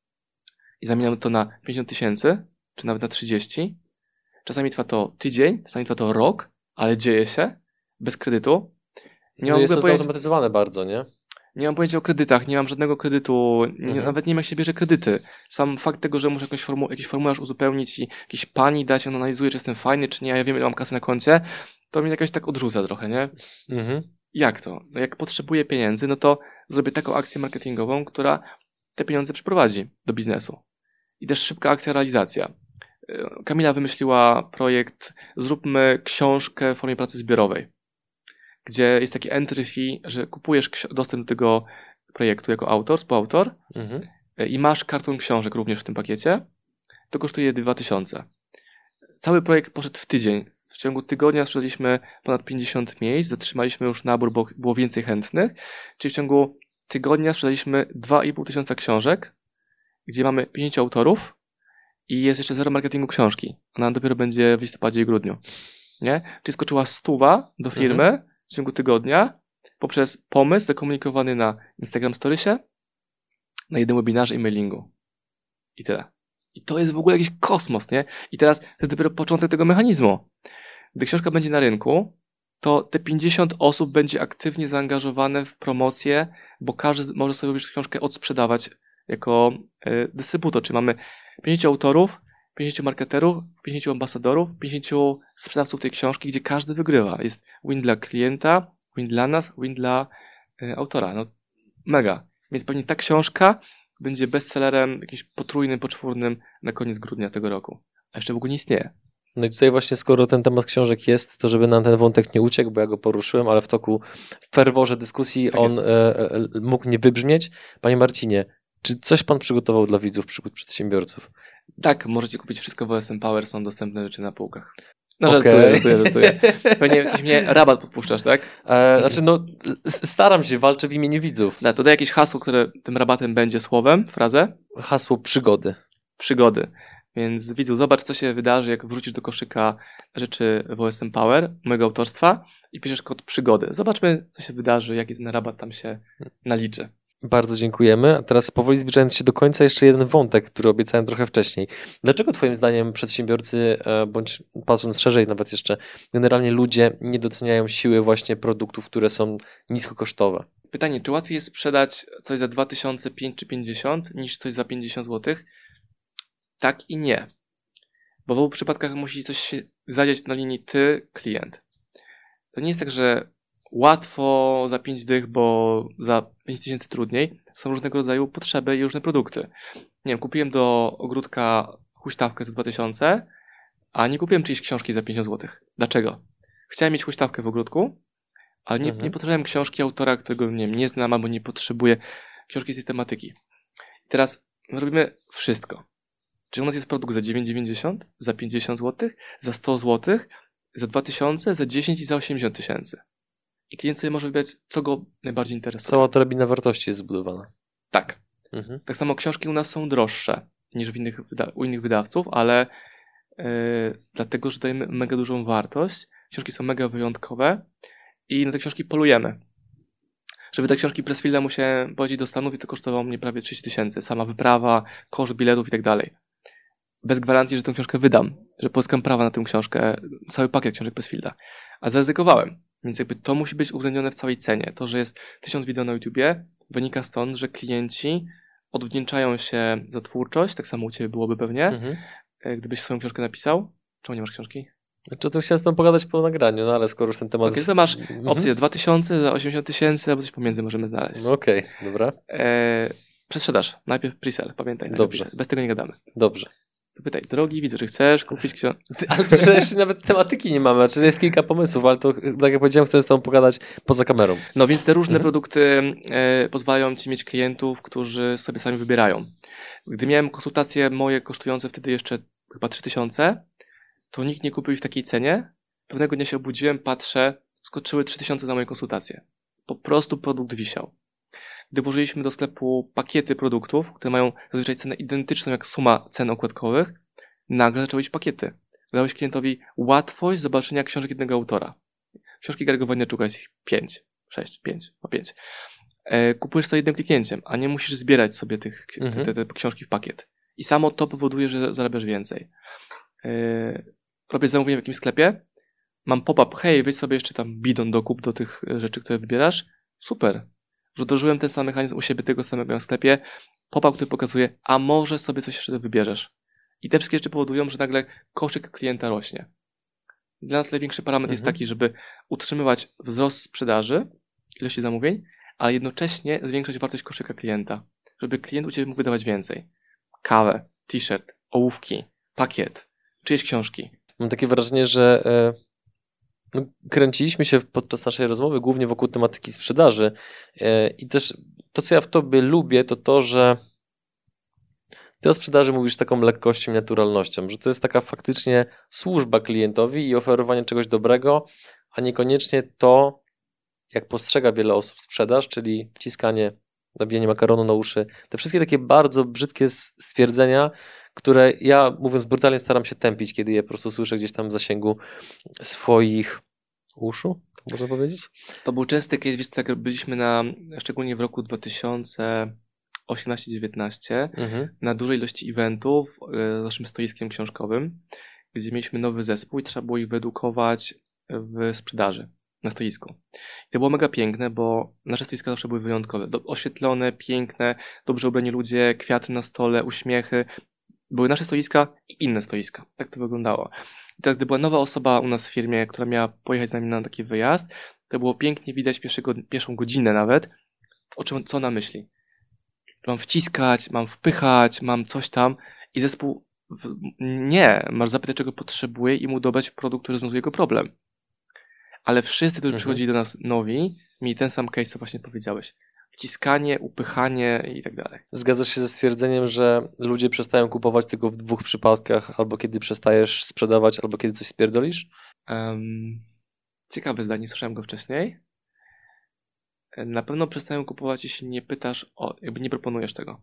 i zamieniam to na pięćdziesiąt tysięcy, czy nawet na trzydzieści, czasami trwa to tydzień, czasami trwa to rok, ale dzieje się, bez kredytu. Nie No mam, jest w to ogóle pojęcia, zautomatyzowane bardzo, nie? nie mam pojęcia o kredytach, nie mam żadnego kredytu, nie, Mhm. nawet nie wiem jak się bierze kredyty. Sam fakt tego, że muszę jakąś formu, jakiś formularz uzupełnić i jakiejś pani dać, on analizuje, czy jestem fajny, czy nie, a ja wiem, ile mam kasy na koncie, to mnie jakoś tak odrzuca trochę, nie? Mhm. Jak to? No jak potrzebuję pieniędzy, no to zrobię taką akcję marketingową, która te pieniądze przyprowadzi do biznesu. I też szybka akcja, realizacja. Yy, Kamila wymyśliła projekt Zróbmy książkę w formie pracy zbiorowej, gdzie jest taki entry fee, że kupujesz ksi- dostęp do tego projektu jako autor, współautor Mhm. yy, i masz karton książek również w tym pakiecie. To kosztuje dwa tysiące. Cały projekt poszedł w tydzień. W ciągu tygodnia sprzedaliśmy ponad pięćdziesiąt miejsc, zatrzymaliśmy już nabór, bo było więcej chętnych. Czyli w ciągu tygodnia sprzedaliśmy dwa i pół tysiąca książek, gdzie mamy pięciu autorów i jest jeszcze zero marketingu książki. Ona dopiero będzie w listopadzie i grudniu. Nie? Czyli skoczyła stuwa do firmy Mhm. w ciągu tygodnia poprzez pomysł zakomunikowany na Instagram Storiesie, na jednym webinarze i mailingu. I tyle. I to jest w ogóle jakiś kosmos, nie? I teraz to jest dopiero początek tego mechanizmu. Gdy książka będzie na rynku, to te pięćdziesiąt osób będzie aktywnie zaangażowane w promocję, bo każdy z- może sobie już książkę odsprzedawać jako y, dystrybutor. Czyli mamy pięćdziesięciu autorów, pięćdziesięciu marketerów, pięćdziesięciu ambasadorów, pięćdziesięciu sprzedawców tej książki, gdzie każdy wygrywa. Jest win dla klienta, win dla nas, win dla y, autora. No mega. Więc pewnie ta książka będzie bestsellerem jakimś potrójnym, poczwórnym na koniec grudnia tego roku. A jeszcze w ogóle nie istnieje. No i tutaj właśnie skoro ten temat książek jest, to żeby nam ten wątek nie uciekł, bo ja go poruszyłem, ale w toku, w ferworze dyskusji Tak on jest. e, e, mógł nie wybrzmieć. Panie Marcinie, czy coś pan przygotował dla widzów przygód przedsiębiorców? Tak, możecie kupić wszystko w O S M Power, są dostępne rzeczy na półkach. No Okej. żartuję, żartuję, żartuję. Pewnie jakiś mnie rabat podpuszczasz, tak? E, znaczy no, s- staram się, walczę w imieniu widzów. Da, to daj jakieś hasło, które tym rabatem będzie słowem, frazę. Hasło przygody. Przygody. Więc widzu, zobacz, co się wydarzy, jak wrócisz do koszyka rzeczy w O S M Power, mojego autorstwa i piszesz kod przygody. Zobaczmy, co się wydarzy, jaki ten rabat tam się naliczy. Bardzo dziękujemy. A teraz powoli zbliżając się do końca, jeszcze jeden wątek, który obiecałem trochę wcześniej. Dlaczego twoim zdaniem przedsiębiorcy, e, bądź patrząc szerzej nawet jeszcze, generalnie ludzie nie doceniają siły właśnie produktów, które są niskokosztowe? Pytanie, czy łatwiej jest sprzedać coś za dwa tysiące pięć czy pięćdziesiąt niż coś za pięćdziesiąt złotych? Tak i nie. Bo w obu przypadkach musi coś się zadziać na linii ty, klient. To nie jest tak, że łatwo za pięć dych, bo za pięć tysięcy trudniej. Są różnego rodzaju potrzeby i różne produkty. Nie wiem, kupiłem do ogródka huśtawkę za dwa tysiące, A nie kupiłem czyjejś książki za pięćdziesiąt złotych. Dlaczego? Chciałem mieć huśtawkę w ogródku, ale nie, Mhm. nie potrzebowałem książki autora, którego nie, wiem, nie znam albo nie potrzebuję książki z tej tematyki. I teraz my robimy wszystko. Czy u nas jest produkt za dziewięć dziewięćdziesiąt, za pięćdziesiąt złotych, za sto złotych, za dwa tysiące, za dziesięć i za osiemdziesiąt tysięcy. I klient sobie może wybrać, co go najbardziej interesuje. Cała drabina wartości jest zbudowana. Tak. Mhm. Tak samo książki u nas są droższe niż w innych wyda- u innych wydawców, ale yy, dlatego, że dajemy mega dużą wartość. Książki są mega wyjątkowe i na te książki polujemy. Żeby te książki Pressfielda musiałem polecieć do Stanów i to kosztowało mnie prawie trzydzieści tysięcy. Sama wyprawa, koszt biletów i tak dalej. Bez gwarancji, że tę książkę wydam, że pozyskam prawa na tę książkę, cały pakiet książek Pressfielda. A zaryzykowałem. Więc jakby to musi być uwzględnione w całej cenie. To, że jest tysiąc wideo na YouTubie, wynika stąd, że klienci odwdzięczają się za twórczość, tak samo u Ciebie byłoby pewnie, Mhm. gdybyś swoją książkę napisał. Czemu nie masz książki? Znaczy, to chciałem z tobą pogadać po nagraniu, no ale skoro już ten temat... Okej, to masz Mhm. opcję dwa tysiące za osiemdziesiąt tysięcy, albo coś pomiędzy możemy znaleźć. No okej, dobra. Eee, przesprzedaż, najpierw pre-sell, pamiętaj. najpierw Dobrze. pre-sell. Bez tego nie gadamy. Dobrze. To pytaj, drogi widzu, czy chcesz kupić książkę? Ty, ale przecież jeszcze nawet tematyki nie mamy, znaczy jest kilka pomysłów, ale to, tak jak powiedziałem, chcę z tobą pogadać poza kamerą. No więc te różne Mhm. produkty e, pozwalają Ci mieć klientów, którzy sobie sami wybierają. Gdy miałem konsultacje moje kosztujące wtedy jeszcze chyba trzy tysiące, to nikt nie kupił ich w takiej cenie. Pewnego dnia się obudziłem, patrzę, skoczyły trzy tysiące na moje konsultacje. Po prostu produkt wisiał. Gdy włożyliśmy do sklepu pakiety produktów, które mają zazwyczaj cenę identyczną jak suma cen okładkowych, nagle zaczęły iść pakiety. Dałeś klientowi łatwość zobaczenia książek jednego autora. Książki Gary'ego Vaynerchuka jest ich pięć, sześć, pięć, o pięć. E, kupujesz to jednym kliknięciem, a nie musisz zbierać sobie tych te, Mhm. te, te książki w pakiet. I samo to powoduje, że zarabiasz więcej. E, robię zamówienie w jakimś sklepie, mam pop-up, hej, weź sobie jeszcze tam bidon dokup do tych rzeczy, które wybierasz. Super. Że dożyłem ten sam mechanizm u siebie, tego samego w sklepie. Pop-up, który pokazuje, a może sobie coś jeszcze wybierzesz. I te wszystkie rzeczy powodują, że nagle koszyk klienta rośnie. Dla nas największy parametr Mhm. jest taki, żeby utrzymywać wzrost sprzedaży, ilości zamówień, a jednocześnie zwiększać wartość koszyka klienta. Żeby klient u Ciebie mógł wydawać więcej. Kawę, t-shirt, ołówki, pakiet, czyjeś książki. Mam takie wrażenie, że e, no, kręciliśmy się podczas naszej rozmowy głównie wokół tematyki sprzedaży e, i też to, co ja w tobie lubię, to to, że ty o sprzedaży mówisz z taką lekkością i naturalnością, że to jest taka faktycznie służba klientowi i oferowanie czegoś dobrego, a niekoniecznie to, jak postrzega wiele osób sprzedaż, czyli wciskanie, nawijanie makaronu na uszy. Te wszystkie takie bardzo brzydkie s- stwierdzenia, które ja, mówiąc brutalnie, staram się tępić, kiedy je po prostu słyszę gdzieś tam w zasięgu swoich uszu, tak można powiedzieć? To był częsty case, wiesz co, jak byliśmy na, szczególnie w roku dwa tysiące osiemnaście dziewiętnaście, Mhm. na dużej ilości eventów e, z naszym stoiskiem książkowym, gdzie mieliśmy nowy zespół i trzeba było ich wyedukować w sprzedaży na stoisku. I to było mega piękne, bo nasze stoiska zawsze były wyjątkowe. Do, oświetlone, piękne, dobrze ubrani ludzie, kwiaty na stole, uśmiechy. Były nasze stoiska i inne stoiska. Tak to wyglądało. I teraz, gdy była nowa osoba u nas w firmie, która miała pojechać z nami na taki wyjazd, to było pięknie widać pierwszego, pierwszą godzinę nawet, o czym, co ona myśli. Mam wciskać, mam wpychać, mam coś tam i zespół w, nie, masz zapytać, czego potrzebuje i mu dobrać produkt, który rozwiązuje jego problem. Ale wszyscy, którzy Mhm. przychodzili do nas nowi, mieli ten sam case, co właśnie powiedziałeś. Wciskanie, upychanie i tak dalej. Zgadzasz się ze stwierdzeniem, że ludzie przestają kupować tylko w dwóch przypadkach, albo kiedy przestajesz sprzedawać, albo kiedy coś spierdolisz? Um, ciekawe zdanie, słyszałem go wcześniej. Na pewno przestają kupować, jeśli nie pytasz, o, jakby nie proponujesz tego.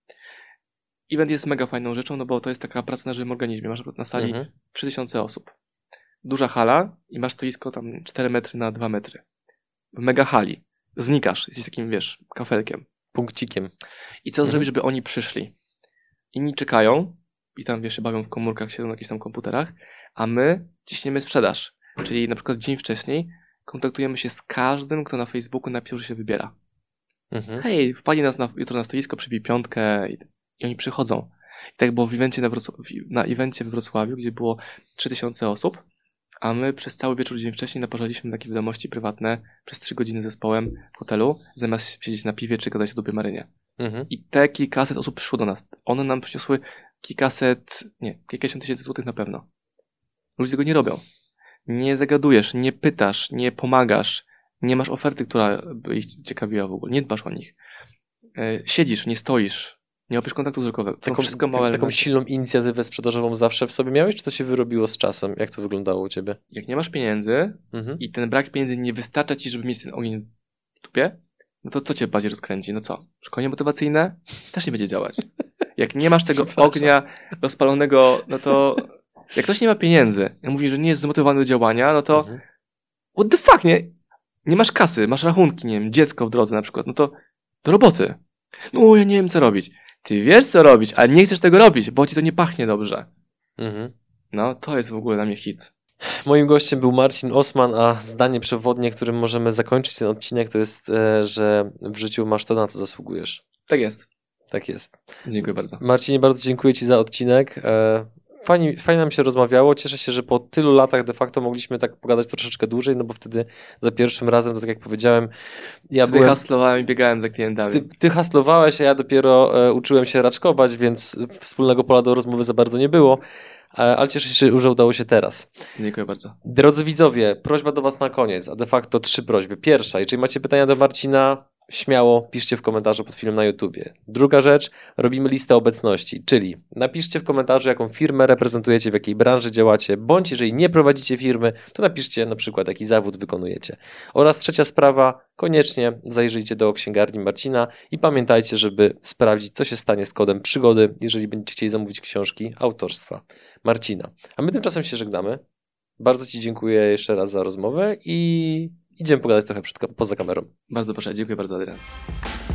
Event jest mega fajną rzeczą, no bo to jest taka praca na żywym organizmie. Masz na sali Mhm. trzy tysiące osób. Duża hala i masz stoisko tam cztery metry na dwa metry. W mega hali. Znikasz, jesteś takim, wiesz, kafelkiem. Punkcikiem. I co Mhm. zrobić, żeby oni przyszli? Inni czekają i tam, wiesz, się bawią w komórkach, siedzą na jakichś tam komputerach, a my ciśniemy sprzedaż. Czyli na przykład dzień wcześniej kontaktujemy się z każdym, kto na Facebooku napisał, że się wybiera. Mhm. Hej, wpadli nas na, jutro na stoisko, przybij piątkę i, i oni przychodzą. I tak było w evencie na, Wrocław- na evencie w Wrocławiu, gdzie było trzy tysiące osób, a my przez cały wieczór dzień wcześniej naparzaliśmy takie wiadomości prywatne przez trzy godziny z zespołem w hotelu, zamiast siedzieć na piwie czy gadać o dobrej marynie. Mhm. I te kilkaset osób przyszło do nas. One nam przyniosły kilkaset, nie, kilkadziesiąt tysięcy złotych na pewno. Ludzie tego nie robią. Nie zagadujesz, nie pytasz, nie pomagasz, nie masz oferty, która by ich ciekawiła w ogóle, nie dbasz o nich. Siedzisz, nie stoisz, nie łapiesz kontaktu wzrokowego. To Taką, wszystko małe taką elementy. silną inicjatywę sprzedażową zawsze w sobie miałeś, czy to się wyrobiło z czasem? Jak to wyglądało u ciebie? Jak nie masz pieniędzy Mhm. i ten brak pieniędzy nie wystarcza ci, żeby mieć ten ogień w dupie, no to co cię bardziej rozkręci? No co? Szkolenie motywacyjne też nie będzie działać. Jak nie masz tego ognia rozpalonego, no to jak ktoś nie ma pieniędzy i mówi, że nie jest zmotywowany do działania, no to Mhm. what the fuck, nie? Nie masz kasy, masz rachunki, nie wiem, dziecko w drodze na przykład, no to do roboty. No ja nie wiem co robić. Ty wiesz co robić, ale nie chcesz tego robić, bo ci to nie pachnie dobrze. Mhm. No to jest w ogóle dla mnie hit. Moim gościem był Marcin Osman, a zdanie przewodnie, którym możemy zakończyć ten odcinek, to jest, e, że w życiu masz to, na co zasługujesz. Tak jest. Tak jest. Dziękuję bardzo. Marcinie, bardzo dziękuję Ci za odcinek. E, Fajnie, fajnie nam się rozmawiało. Cieszę się, że po tylu latach de facto mogliśmy tak pogadać troszeczkę dłużej, no bo wtedy za pierwszym razem, to tak jak powiedziałem, ja Wtedy byłem... haslowałem i biegałem za klientami. Ty, ty haslowałeś, a ja dopiero e, uczyłem się raczkować, więc wspólnego pola do rozmowy za bardzo nie było, e, ale cieszę się, że udało się teraz. Dziękuję bardzo. Drodzy widzowie, prośba do Was na koniec, a de facto trzy prośby. Pierwsza, jeżeli macie pytania do Marcina, śmiało piszcie w komentarzu pod filmem na YouTubie. Druga rzecz, robimy listę obecności, czyli napiszcie w komentarzu, jaką firmę reprezentujecie, w jakiej branży działacie, bądź jeżeli nie prowadzicie firmy, to napiszcie na przykład, jaki zawód wykonujecie. Oraz trzecia sprawa, koniecznie zajrzyjcie do księgarni Marcina i pamiętajcie, żeby sprawdzić, co się stanie z kodem przygody, jeżeli będziecie chcieli zamówić książki autorstwa Marcina. A my tymczasem się żegnamy. Bardzo Ci dziękuję jeszcze raz za rozmowę i idziemy pogadać trochę przed, poza kamerą. Bardzo proszę, dziękuję bardzo, Adrian.